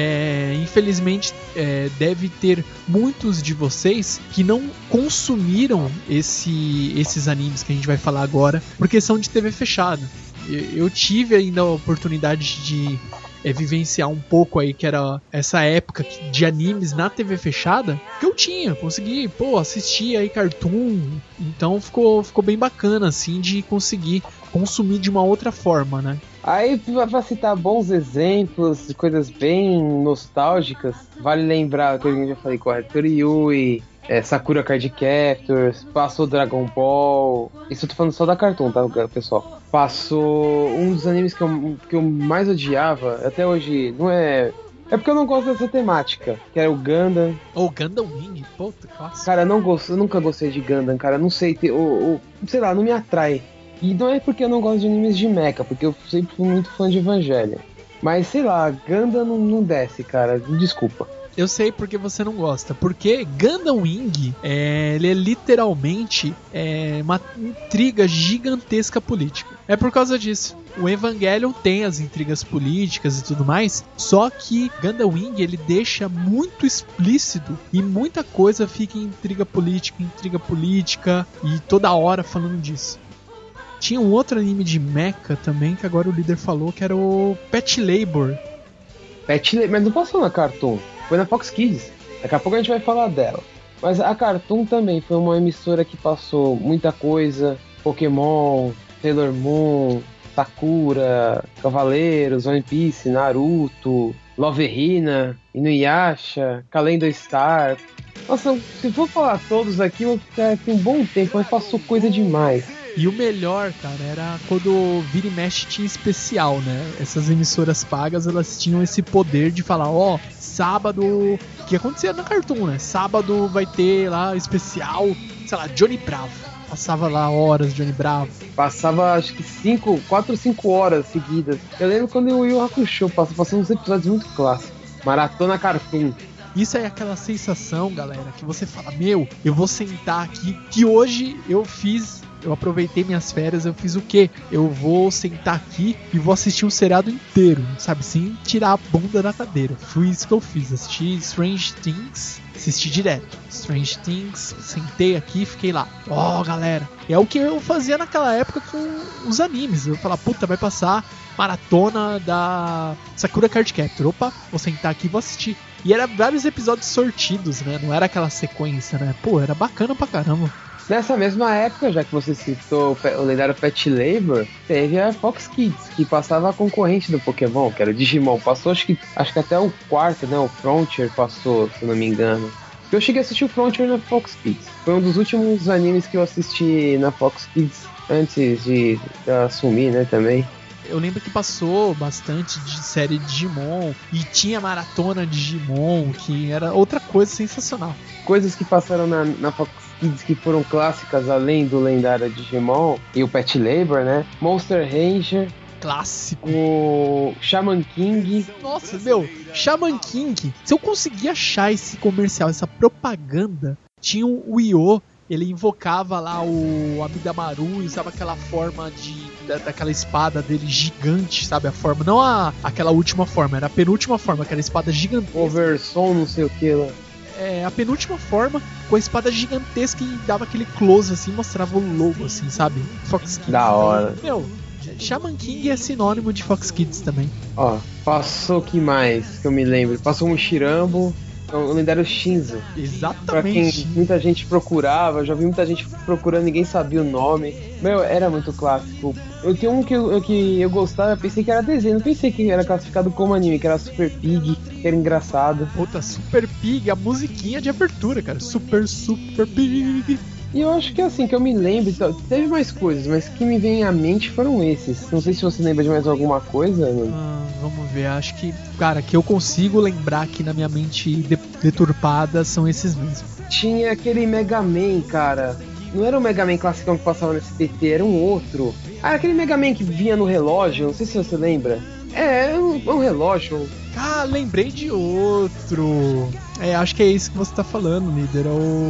é, infelizmente, é, deve ter muitos de vocês que não consumiram esse, esses animes que a gente vai falar agora, porque são de T V fechada. Eu tive ainda a oportunidade de é, vivenciar um pouco aí, que era essa época de animes na T V fechada, que eu tinha, consegui, pô, assistir aí Cartoon, então ficou, ficou bem bacana, assim, de conseguir consumir de uma outra forma, né? Aí, pra citar bons exemplos de coisas bem nostálgicas, vale lembrar que eu já falei, correto, Yui, é, Sakura Card Captors, passou Dragon Ball. Isso eu tô falando só da Cartoon, tá, pessoal? Passou um dos animes que eu, que eu mais odiava, até hoje, não é... É porque eu não gosto dessa temática, que era o Gundam. Ô, oh, Gundam Wing, puta, clássico. Cara, eu, não gosto, eu nunca gostei de Gundam, cara, não sei, ter, ou, ou, sei lá, não me atrai. E não é porque eu não gosto de animes de mecha, porque eu sempre fui muito fã de Evangelion. Mas, sei lá, Gundam não, não desce, cara, desculpa. Eu sei porque você não gosta. Porque Gundam Wing, é, ele é literalmente é, uma intriga gigantesca política. É por causa disso. O Evangelion tem as intrigas políticas e tudo mais, só que Gundam Wing ele deixa muito explícito e muita coisa fica em intriga política, intriga política e toda hora falando disso. Tinha um outro anime de mecha também que agora o líder falou, que era o Pet Labor. Pet Labor, mas não passou na Cartoon. Foi na Fox Kids. Daqui a pouco a gente vai falar dela. Mas a Cartoon também foi uma emissora que passou muita coisa. Pokémon, Sailor Moon, Sakura, Cavaleiros, One Piece, Naruto, Love Hina, Inuyasha, Kalendo Star. Nossa, se for falar todos aqui, eu vou ficar aqui um bom tempo, mas passou coisa demais. E o melhor, cara, era quando Vira e Mexe tinha especial, né? Essas emissoras pagas, elas tinham esse poder de falar, ó, oh, sábado... O que acontecia na Cartoon, né? Sábado vai ter lá especial, sei lá, Johnny Bravo. Passava lá horas Johnny Bravo. Passava acho que cinco, quatro ou cinco horas seguidas. Eu lembro quando o Yu Yu Hakusho passou, passou uns episódios muito clássicos. Maratona Cartoon. Isso é aquela sensação, galera, que você fala, meu, eu vou sentar aqui, que hoje eu fiz... Eu aproveitei minhas férias, eu fiz o quê? Eu vou sentar aqui e vou assistir um seriado inteiro, sabe? Sem tirar a bunda da cadeira. Foi isso que eu fiz. Assisti Strange Things, assisti direto. Strange Things, sentei aqui e fiquei lá. Ó, oh, galera. É o que eu fazia naquela época com os animes. Eu falava, puta, vai passar maratona da Sakura Card Captor. Opa, vou sentar aqui e vou assistir. E era vários episódios sortidos, né? Não era aquela sequência, né? Pô, era bacana pra caramba. Nessa mesma época, já que você citou o lendário Pet Labor, teve a Fox Kids, que passava a concorrente do Pokémon, que era o Digimon. Passou, acho que, acho que até o quarto, né? O Frontier passou, se não me engano. Eu cheguei a assistir o Frontier na Fox Kids. Foi um dos últimos animes que eu assisti na Fox Kids, antes de, de assumir, né, também. Eu lembro que passou bastante de série Digimon e tinha maratona Digimon, que era outra coisa sensacional. Coisas que passaram na, na Fox Kids que foram clássicas, além do lendário Digimon e o Pet Labor, né? Monster Ranger. Clássico. O Shaman King. Nossa, meu, Shaman King. Se eu conseguir achar esse comercial, essa propaganda, tinha o Io. Ele invocava lá o Amidamaru e usava aquela forma de, da, daquela espada dele gigante, sabe? A forma, não a, aquela última forma, era a penúltima forma, aquela espada gigantesca. Overson, não sei o que lá. É, a penúltima forma, com a espada gigantesca e dava aquele close assim, mostrava o logo assim, sabe? Fox Kids. Da hora. Meu, Shaman King é sinônimo de Fox Kids também. Ó, passou o que mais que eu me lembro? Passou um Shirambo. O lendário Shinzo. Exatamente. Pra quem muita gente procurava, já vi muita gente procurando, ninguém sabia o nome. Meu, era muito clássico. Eu tinha um que eu, que eu gostava, eu pensei que era desenho, não pensei que era classificado como anime, que era Super Pig, que era engraçado. Puta, Super Pig, a musiquinha de abertura, cara. Super, Super Pig. E eu acho que assim, que eu me lembro, teve mais coisas, mas que me vem à mente foram esses. Não sei se você lembra de mais alguma coisa. Ah, vamos ver, acho que, cara, que eu consigo lembrar aqui na minha mente de- deturpada são esses mesmos. Tinha aquele Mega Man, cara. Não era o Mega Man classicão que passava no S B T, era um outro. Ah, era aquele Mega Man que vinha no relógio, não sei se você lembra. É, é um, é um relógio. Ah, lembrei de outro. É, acho que é isso que você tá falando, líder. É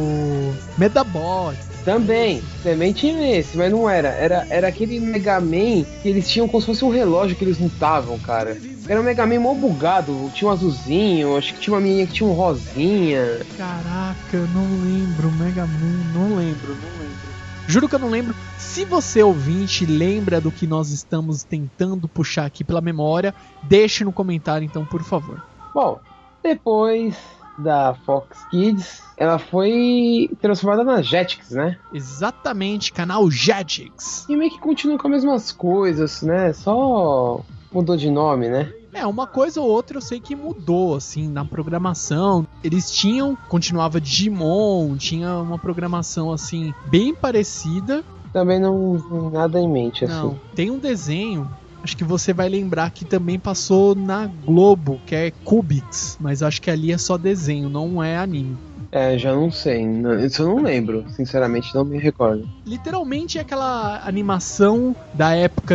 o Medabot. Também, também tinha esse, mas não era. Era, era aquele Mega Man que eles tinham como se fosse um relógio que eles lutavam, cara. Era um Mega Man mó bugado, tinha um azulzinho, acho que tinha uma menina que tinha um rosinha. Caraca, eu não lembro. Mega Man, não lembro, não lembro. Juro que eu não lembro. Se você, ouvinte, lembra do que nós estamos tentando puxar aqui pela memória, deixe no comentário, então, por favor. Bom, depois da Fox Kids, ela foi transformada na Jetix, né? Exatamente, canal Jetix. E meio que continua com as mesmas coisas, né? Só mudou de nome, né? É, uma coisa ou outra eu sei que mudou, assim, na programação. Eles tinham, continuava Digimon, tinha uma programação, assim, bem parecida. Também não nada em mente, assim. Não, tem um desenho, acho que você vai lembrar que também passou na Globo, que é Cubix, mas acho que ali é só desenho, não é anime. É, já não sei, não- isso eu não lembro, sinceramente não me recordo. Literalmente é aquela animação da época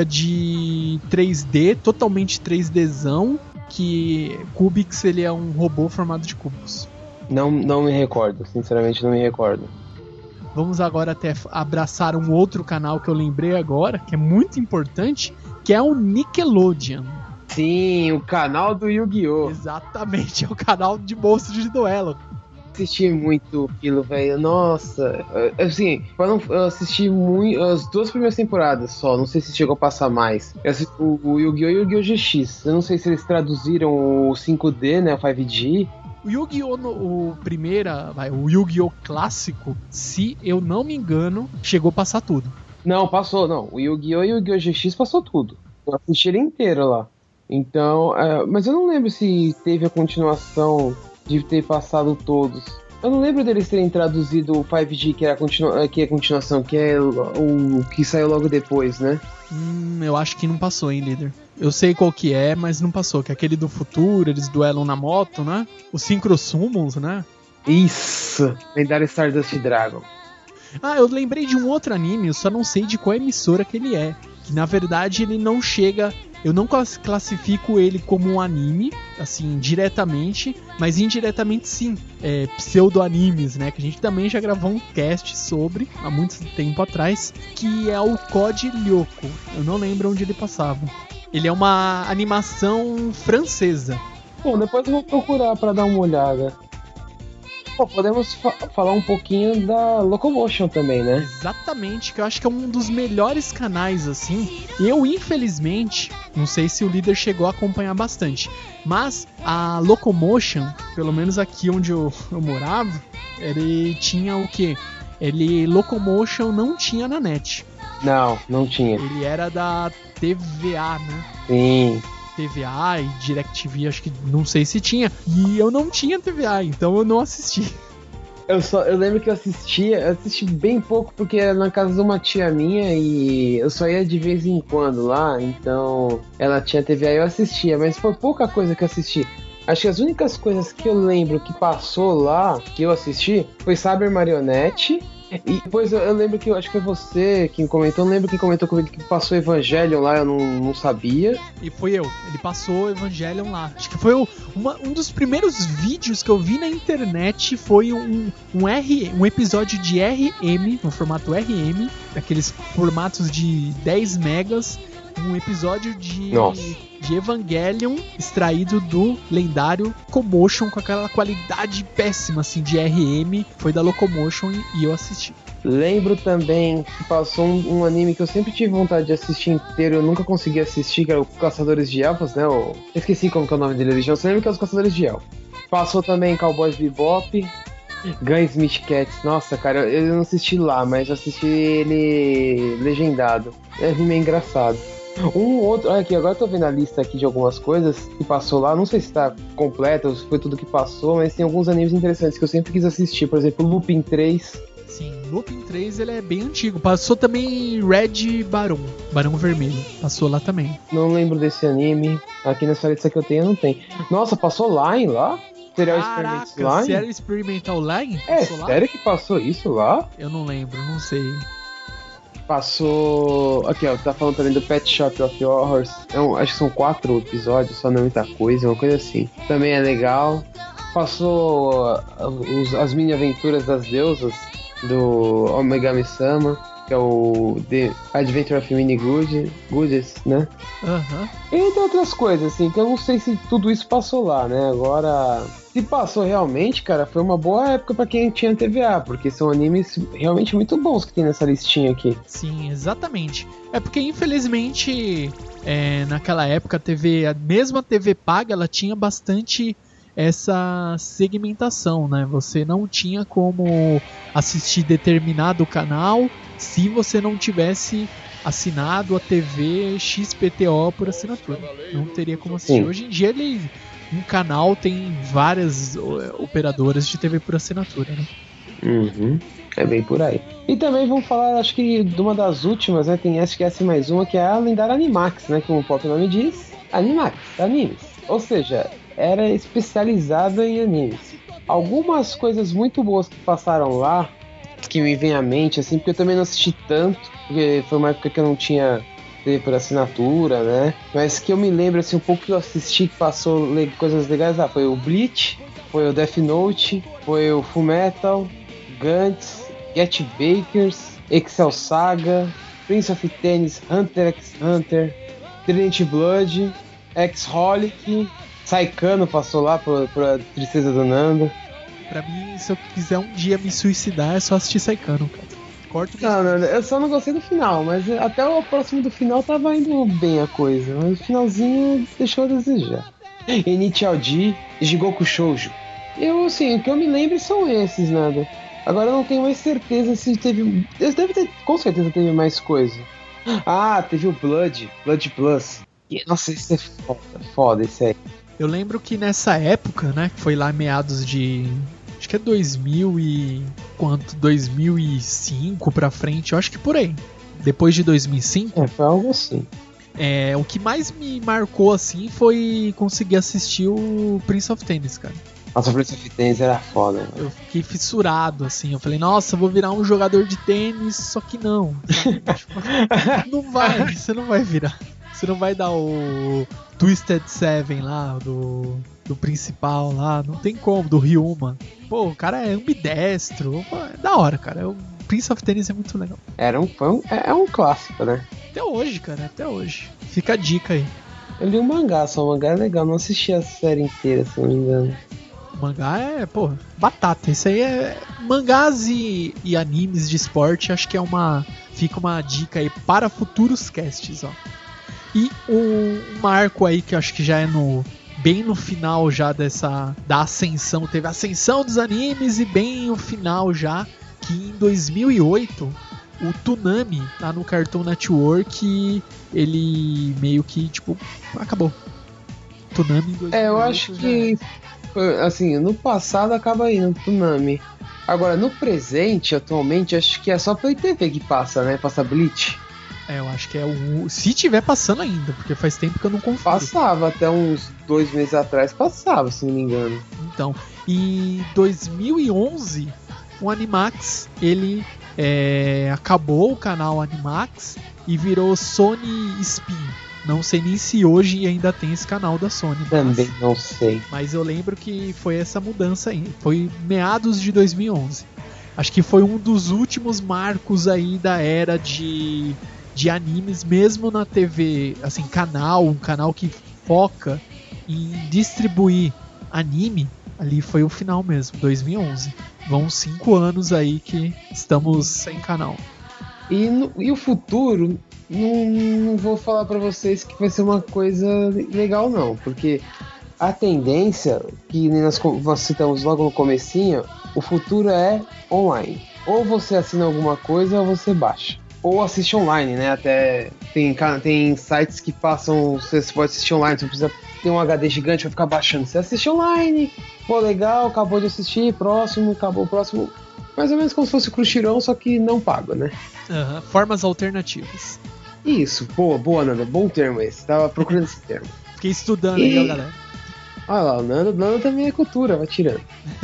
de três D, totalmente três Dzão, que Cubix ele é um robô formado de cubos. Não, não me recordo, sinceramente não me recordo. Vamos agora até f- abraçar um outro canal que eu lembrei agora, que é muito importante, que é o Nickelodeon. Sim, o canal do Yu-Gi-Oh! Exatamente, é o canal de monstros de duelo. Assisti muito aquilo, velho. Nossa, eu- assim, eu, não, eu assisti muito as duas primeiras temporadas só. Não sei se chegou a passar mais. Eu assisti o, o Yu-Gi-Oh! E o Yu-Gi-Oh! G X. Eu não sei se eles traduziram o cinco D, né? O cinco G. O Yu-Gi-Oh! No, o primeira, vai, o Yu-Gi-Oh! Clássico, se eu não me engano, chegou a passar tudo. Não, passou, não. O Yu-Gi-Oh! E o Yu-Gi-Oh! G X passou tudo. Eu assisti ele inteiro lá. Então, é, mas eu não lembro se teve a continuação de ter passado todos. Eu não lembro deles terem traduzido o cinco G, que é a, continua, que é a continuação, que é o, o que saiu logo depois, né? Hum, eu acho que não passou, hein, líder. Eu sei qual que é, mas não passou. Que é aquele do futuro, eles duelam na moto, né? Os Synchro Summons, né? Isso! Lendário Stardust Dragon. Ah, eu lembrei de um outro anime, eu só não sei de qual emissora que ele é. Que na verdade ele não chega... Eu não class- classifico ele como um anime, assim, diretamente, mas indiretamente sim. É, pseudo-animes, né? Que a gente também já gravou um cast sobre, há muito tempo atrás, que é o Code Lyoko. Eu não lembro onde ele passava. Ele é uma animação francesa. Bom, depois eu vou procurar pra dar uma olhada. Pô, podemos fa- falar um pouquinho da Locomotion também, né? Exatamente, que eu acho que é um dos melhores canais, assim. Eu, infelizmente, não sei se o líder chegou a acompanhar bastante, mas a Locomotion, pelo menos aqui onde eu, eu morava, ele tinha o quê? Ele, Locomotion não tinha na net. Não, não tinha. Ele era da T V A, né? Sim. T V A e DirecTV, acho que não sei se tinha. E eu não tinha T V A, então eu não assisti. Eu, só, eu lembro que eu assistia, eu assisti bem pouco porque era na casa de uma tia minha e eu só ia de vez em quando lá, então ela tinha T V A e eu assistia, mas foi pouca coisa que eu assisti. Acho que as únicas coisas que eu lembro que passou lá, que eu assisti, foi Saber Marionette. E depois eu, eu lembro que, eu acho que foi você que comentou, eu lembro que comentou comigo que passou Evangelion lá, eu não, não sabia. E foi eu, ele passou Evangelion lá. Acho que foi o, uma, um dos primeiros vídeos que eu vi na internet. Foi um, um, R, um episódio de R M, no formato R M, daqueles formatos de dez megas. Um episódio de, de Evangelion extraído do lendário Locomotion com aquela qualidade péssima assim de R M. Foi da Locomotion e eu assisti. Lembro também que passou um, um anime que eu sempre tive vontade de assistir inteiro, eu nunca consegui assistir, que era o Caçadores de Elfos, né? O... Eu esqueci como que é o nome dele original, eu só lembro que é os Caçadores de Elfos. Passou também Cowboys Bebop, Guns Smith Cats. Nossa, cara, eu, eu não assisti lá, mas eu assisti ele legendado. É anime engraçado. Um outro, olha aqui, agora eu tô vendo a lista aqui de algumas coisas que passou lá, não sei se tá completa ou se foi tudo que passou, mas tem alguns animes interessantes que eu sempre quis assistir, por exemplo, Lupin três. Sim, Lupin três ele é bem antigo. Passou também Red Barão, Barão Vermelho. Passou lá também. Não lembro desse anime. Aqui nessa lista que eu tenho não tem. Nossa, passou Line lá? Serial Caraca, Experimental Line? Serial Experimental Line? É, Passou lá? sério que passou isso lá? Eu não lembro, não sei. Passou... Aqui, ó, tá falando também do Pet Shop of Horrors. É um, acho que são quatro episódios, só não é muita coisa, uma coisa assim. Também é legal. Passou uh, os, as mini-aventuras das deusas do Omegami-sama, que é o The Adventure of Mini Good, Goodies, né? Aham. E entre outras coisas, assim, que eu não sei se tudo isso passou lá, né? Agora, se passou realmente, cara, foi uma boa época pra quem tinha T V A, porque são animes realmente muito bons que tem nessa listinha aqui. Sim, exatamente. É porque, infelizmente, é, naquela época a T V, a mesma T V paga, ela tinha bastante essa segmentação, né? Você não tinha como assistir determinado canal se você não tivesse assinado a T V X P T O por assinatura. Não teria como assistir. Sim. Hoje em dia ele, um canal tem várias operadoras de T V por assinatura, né? Uhum. É bem por aí. E também vamos falar, acho que de uma das últimas, né? Tem essa que é essa mais uma, que é a lendária Animax, né? Como o próprio nome diz. Animax, animes. Ou seja, era especializada em animes. Algumas coisas muito boas que passaram lá, que me vem à mente, assim, porque eu também não assisti tanto, porque foi uma época que eu não tinha T V por assinatura, né? Mas que eu me lembro, assim, um pouco que eu assisti, que passou le- coisas legais lá, foi o Bleach, foi o Death Note, foi o Fullmetal, Gantz, Get Bakers, Excel Saga, Prince of Tennis, Hunter x Hunter, Trinity Blood, X-Holic, Saikano passou lá por, por a Tristeza do Nando. Pra mim, se eu quiser um dia me suicidar, é só assistir Saikano, cara. Corta o Não, não, eu só não gostei do final, mas até o próximo do final tava indo bem a coisa, mas o finalzinho deixou a desejar. Initial D, Jigoku Shoujo. Eu, assim, o que eu me lembro são esses, nada. Agora eu não tenho mais certeza se teve... Eu deve ter, com certeza teve mais coisa. Ah, teve o Blood, Blood Plus. E, nossa, esse é foda, foda esse aí. Eu lembro que nessa época, né, que foi lá meados de... Acho que é dois mil e... Quanto? dois mil e cinco pra frente, eu acho que por aí. Depois de dois mil e cinco... É, foi algo assim. É, o que mais me marcou, assim, foi conseguir assistir o Prince of Tennis, cara. Nossa, o Prince of Tennis era foda, mano. Eu fiquei fissurado, assim. Eu falei, nossa, eu vou virar um jogador de tênis, só que não. Tipo, não vai, você não vai virar. Você não vai dar o Twisted Seven lá, do, do principal lá. Não tem como, do Ryuma. Pô, o cara é ambidestro. Pô, é da hora, cara. O Prince of Tennis é muito legal. Era um, foi um, é um clássico, né? Até hoje, cara, até hoje. Fica a dica aí. Eu li o mangá, só o mangá é legal. Não assisti a série inteira, se não me engano. O mangá é, pô, batata. Isso aí é... Mangás e, e animes de esporte, acho que é uma... Fica uma dica aí para futuros casts, ó. E um marco aí que eu acho que já é no bem no final já dessa da ascensão, teve a ascensão dos animes e bem o final já, que em dois mil e oito o Toonami lá no Cartoon Network, ele meio que tipo acabou. Toonami em dois mil e oito. É, eu acho que assim, no passado acaba aí no Toonami. Agora no presente, atualmente, acho que é só pela T V que passa, né? Passa Bleach. É, eu acho que é o... Se tiver passando ainda, porque faz tempo que eu não confio. Passava, até uns dois meses atrás passava, se não me engano. Então, em dois mil e onze, o Animax, ele é, acabou o canal Animax e virou Sony Spin. Não sei nem se hoje ainda tem esse canal da Sony. Também mas, não sei. Mas eu lembro que foi essa mudança aí. Foi meados de dois mil e onze. Acho que foi um dos últimos marcos aí da era de... de animes, mesmo na T V, assim, canal, um canal que foca em distribuir anime, ali foi o final mesmo, dois mil e onze. Vão cinco anos aí que estamos sem canal. E, no, e o futuro, não, não vou falar pra vocês que vai ser uma coisa legal não, porque a tendência, que nós, nós citamos logo no comecinho, o futuro é online. Ou você assina alguma coisa ou você baixa. Ou assiste online, né? Até tem, tem sites que passam. Você pode assistir online, você não precisa ter um H D gigante pra ficar baixando. Você assiste online, pô, legal, acabou de assistir, próximo, acabou o próximo. mais ou menos como se fosse o Crunchyroll, só que não pago, né? Uhum. Formas alternativas. Isso, boa, boa, Nanda, bom termo esse, tava procurando esse termo. Fiquei estudando e... aí, ó, galera. Olha lá, o Nanda, Nanda também é cultura, vai tirando.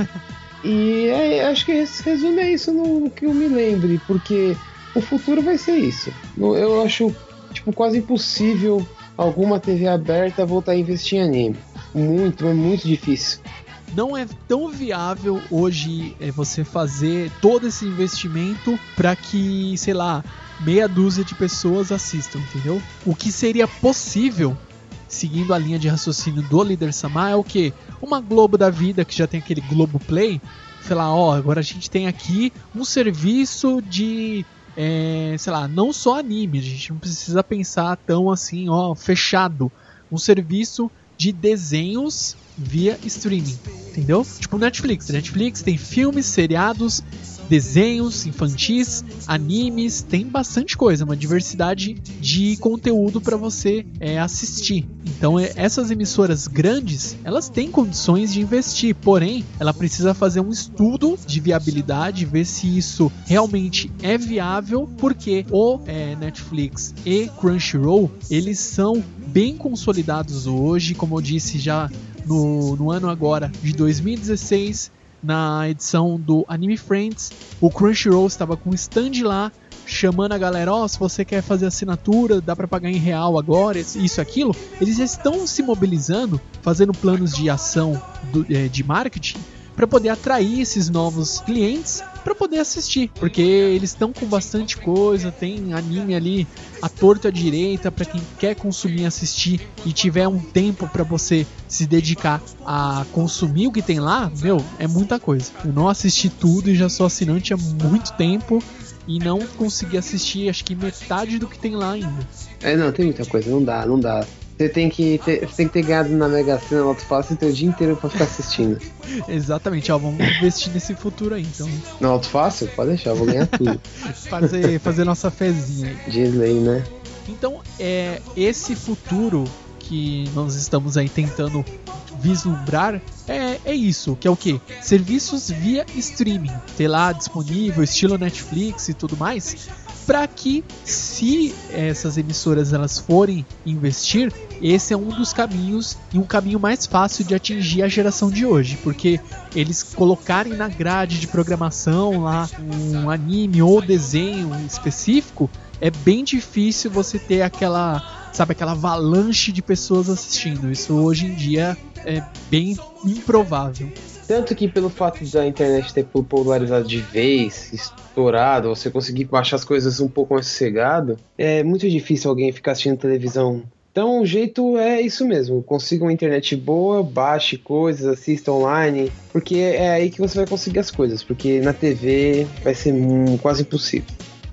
E é, acho que resume isso no, no que eu me lembre, porque o futuro vai ser isso. Eu acho tipo, quase impossível alguma T V aberta voltar a investir em anime. Muito, é muito difícil. Não é tão viável hoje é, você fazer todo esse investimento para que, sei lá, meia dúzia de pessoas assistam, entendeu? O que seria possível, seguindo a linha de raciocínio do Líder Samar, é o quê? Uma Globo da vida, que já tem aquele Globoplay, sei lá, ó, agora a gente tem aqui um serviço de... É, sei lá, não só anime, a gente não precisa pensar tão assim, ó, fechado. Um serviço de desenhos via streaming, entendeu? Tipo Netflix. Netflix tem filmes, seriados, desenhos infantis, animes, tem bastante coisa, uma diversidade de conteúdo para você é, assistir. Então essas emissoras grandes, elas têm condições de investir, porém ela precisa fazer um estudo de viabilidade, ver se isso realmente é viável, porque o é, Netflix e Crunchyroll, eles são bem consolidados hoje, como eu disse já no, no ano agora de dois mil e dezesseis, na edição do Anime Friends, o Crunchyroll estava com um stand lá, chamando a galera, ó, oh, se você quer fazer assinatura, dá pra pagar em real agora, isso, aquilo. Eles já estão se mobilizando, fazendo planos de ação do, é, de marketing, para poder atrair esses novos clientes para poder assistir, porque eles estão com bastante coisa, tem anime ali à torta à direita para quem quer consumir e assistir e tiver um tempo para você se dedicar a consumir o que tem lá, meu, é muita coisa. Eu não assisti tudo e já sou assinante há muito tempo e não consegui assistir, acho que metade do que tem lá ainda. É, não, tem muita coisa, não dá, não dá. Você tem que ter, você tem que ter ganhado na Mega Sena, Loto Fácil, e ter o dia inteiro pra ficar assistindo. Exatamente, ó, vamos investir nesse futuro aí, então. Na Loto Fácil? Pode deixar, eu vou ganhar tudo. fazer, fazer nossa fezinha aí. Disney, né? Então, é, esse futuro que nós estamos aí tentando vislumbrar é, é isso, que é o quê? Serviços via streaming, ter lá disponível, estilo Netflix e tudo mais, para que, se essas emissoras elas forem investir, esse é um dos caminhos e um caminho mais fácil de atingir a geração de hoje, porque eles colocarem na grade de programação lá um anime ou desenho específico, é bem difícil você ter aquela, sabe, aquela avalanche de pessoas assistindo. Isso hoje em dia é bem improvável. Tanto que pelo fato da internet ter popularizado de vez, estourado, você conseguir baixar as coisas um pouco mais sossegado, é muito difícil alguém ficar assistindo televisão. Então o jeito é isso mesmo, consiga uma internet boa, baixe coisas, assista online, porque é aí que você vai conseguir as coisas, porque na T V vai ser hum, quase impossível.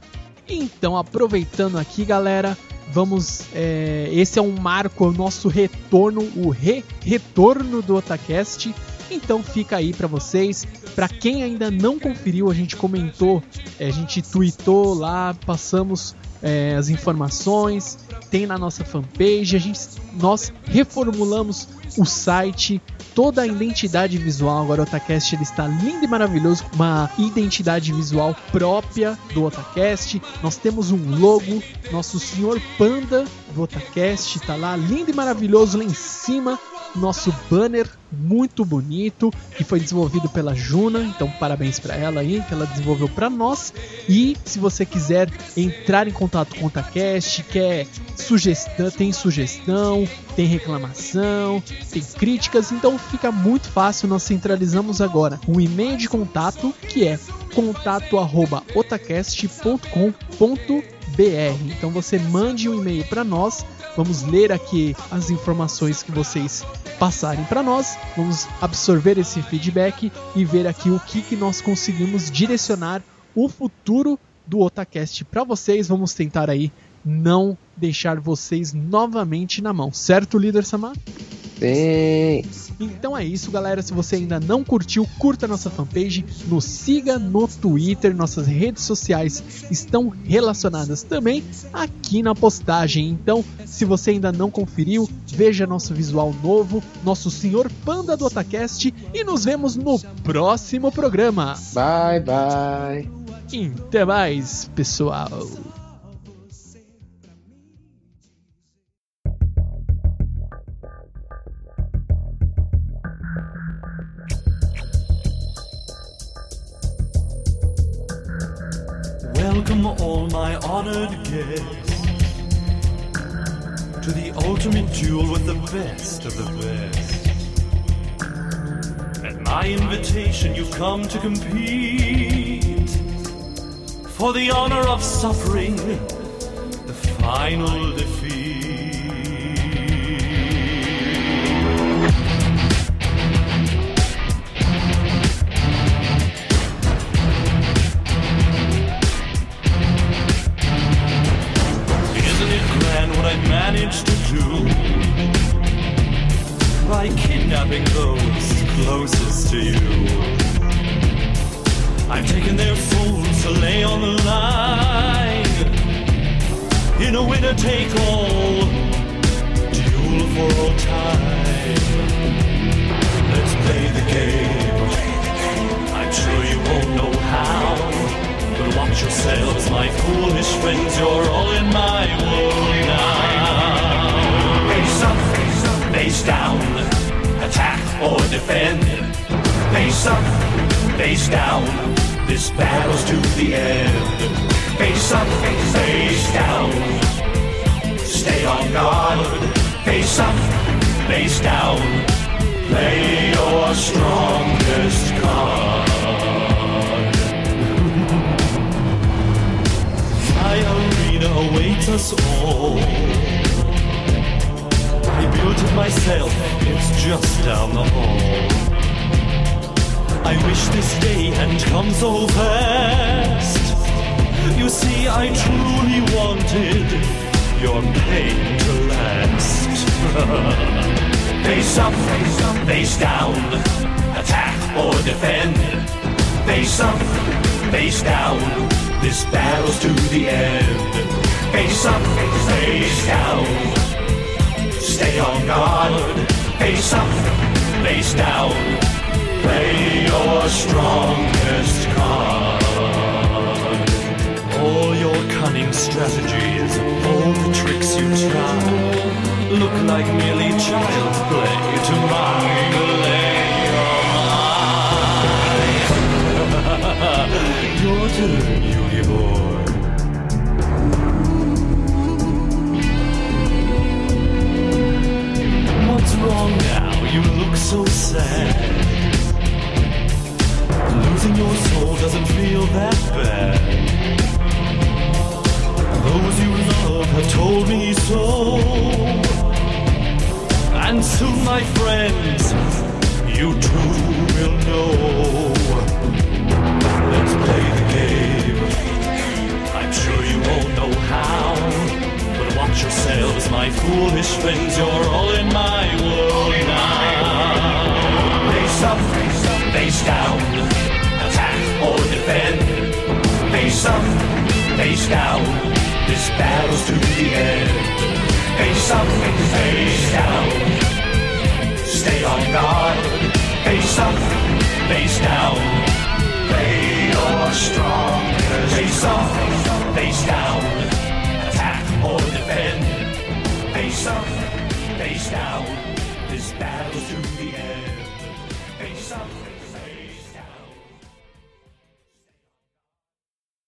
Então, aproveitando aqui, galera, vamos, é, esse é um marco, o nosso retorno, o re-retorno do Otacast. Então fica aí pra vocês. Pra quem ainda não conferiu, a gente comentou, a gente tweetou lá, passamos é, as informações, tem na nossa fanpage, a gente, nós reformulamos o site, toda a identidade visual. Agora o Otacast ele está lindo e maravilhoso, com uma identidade visual própria do Otacast. Nós temos um logo, nosso senhor Panda do Otacast está lá, lindo e maravilhoso lá em cima. Nosso banner muito bonito, que foi desenvolvido pela Juna, então parabéns para ela aí, que ela desenvolveu para nós. E se você quiser entrar em contato com o Otacast, quer sugestão, tem sugestão, tem reclamação, tem críticas, então fica muito fácil. Nós centralizamos agora um e-mail de contato, que é contato arroba otacast ponto com ponto br. Então você mande um e-mail para nós, vamos ler aqui as informações que vocês passarem para nós, vamos absorver esse feedback e ver aqui o que, que nós conseguimos direcionar o futuro do Otacast para vocês. Vamos tentar aí não deixar vocês novamente na mão, certo, Líder Samar? Sim. Então é isso, galera. Se você ainda não curtiu, curta nossa fanpage, nos siga no Twitter, nossas redes sociais estão relacionadas também aqui na postagem. Então, se você ainda não conferiu, veja nosso visual novo, nosso senhor Panda do Otacast, e nos vemos no próximo programa. Bye, bye. Até mais, pessoal. Welcome all my honored guests to the ultimate duel with the best of the best. At my invitation you've come to compete for the honor of suffering the final defeat. What I managed to do by kidnapping those closest to you. I've taken their souls to lay on the line in a winner-take-all duel for all time. Let's play the game. I'm sure you won't know how, but watch yourselves, my foolish friends, you're all in my world now. Face up, face up, face down, attack or defend. Face up, face down, this battle's to the end. Face up, face down, stay on guard. Face up, face down, play your strongest card. My arena awaits us all. I built it myself, it's just down the hall. I wish this day hadn't come so fast. You see, I truly wanted your pain to last. Face up, face up, face down, attack or defend. Face up, face down, this battle's to the end. Face up, face down, stay on guard. Face up, face down, play your strongest card. All your cunning strategies, all the tricks you try, look like merely child's play to my Your turn, Yugi boy. What's wrong now? You look so sad. Losing your soul doesn't feel that bad. Those you love have told me so. And soon, my friends, you too will know. Let's play the game. I'm sure you won't know how, but watch yourselves, my foolish friends, you're all in my world now. Face up, face up, face down, attack or defend. Face up, face down, this battle's to the end. Face up, face down, stay on guard. Face up, face down, play your strongest. Face up, face down, attack or defend. Face up, face down, this battle's to the end. Face up.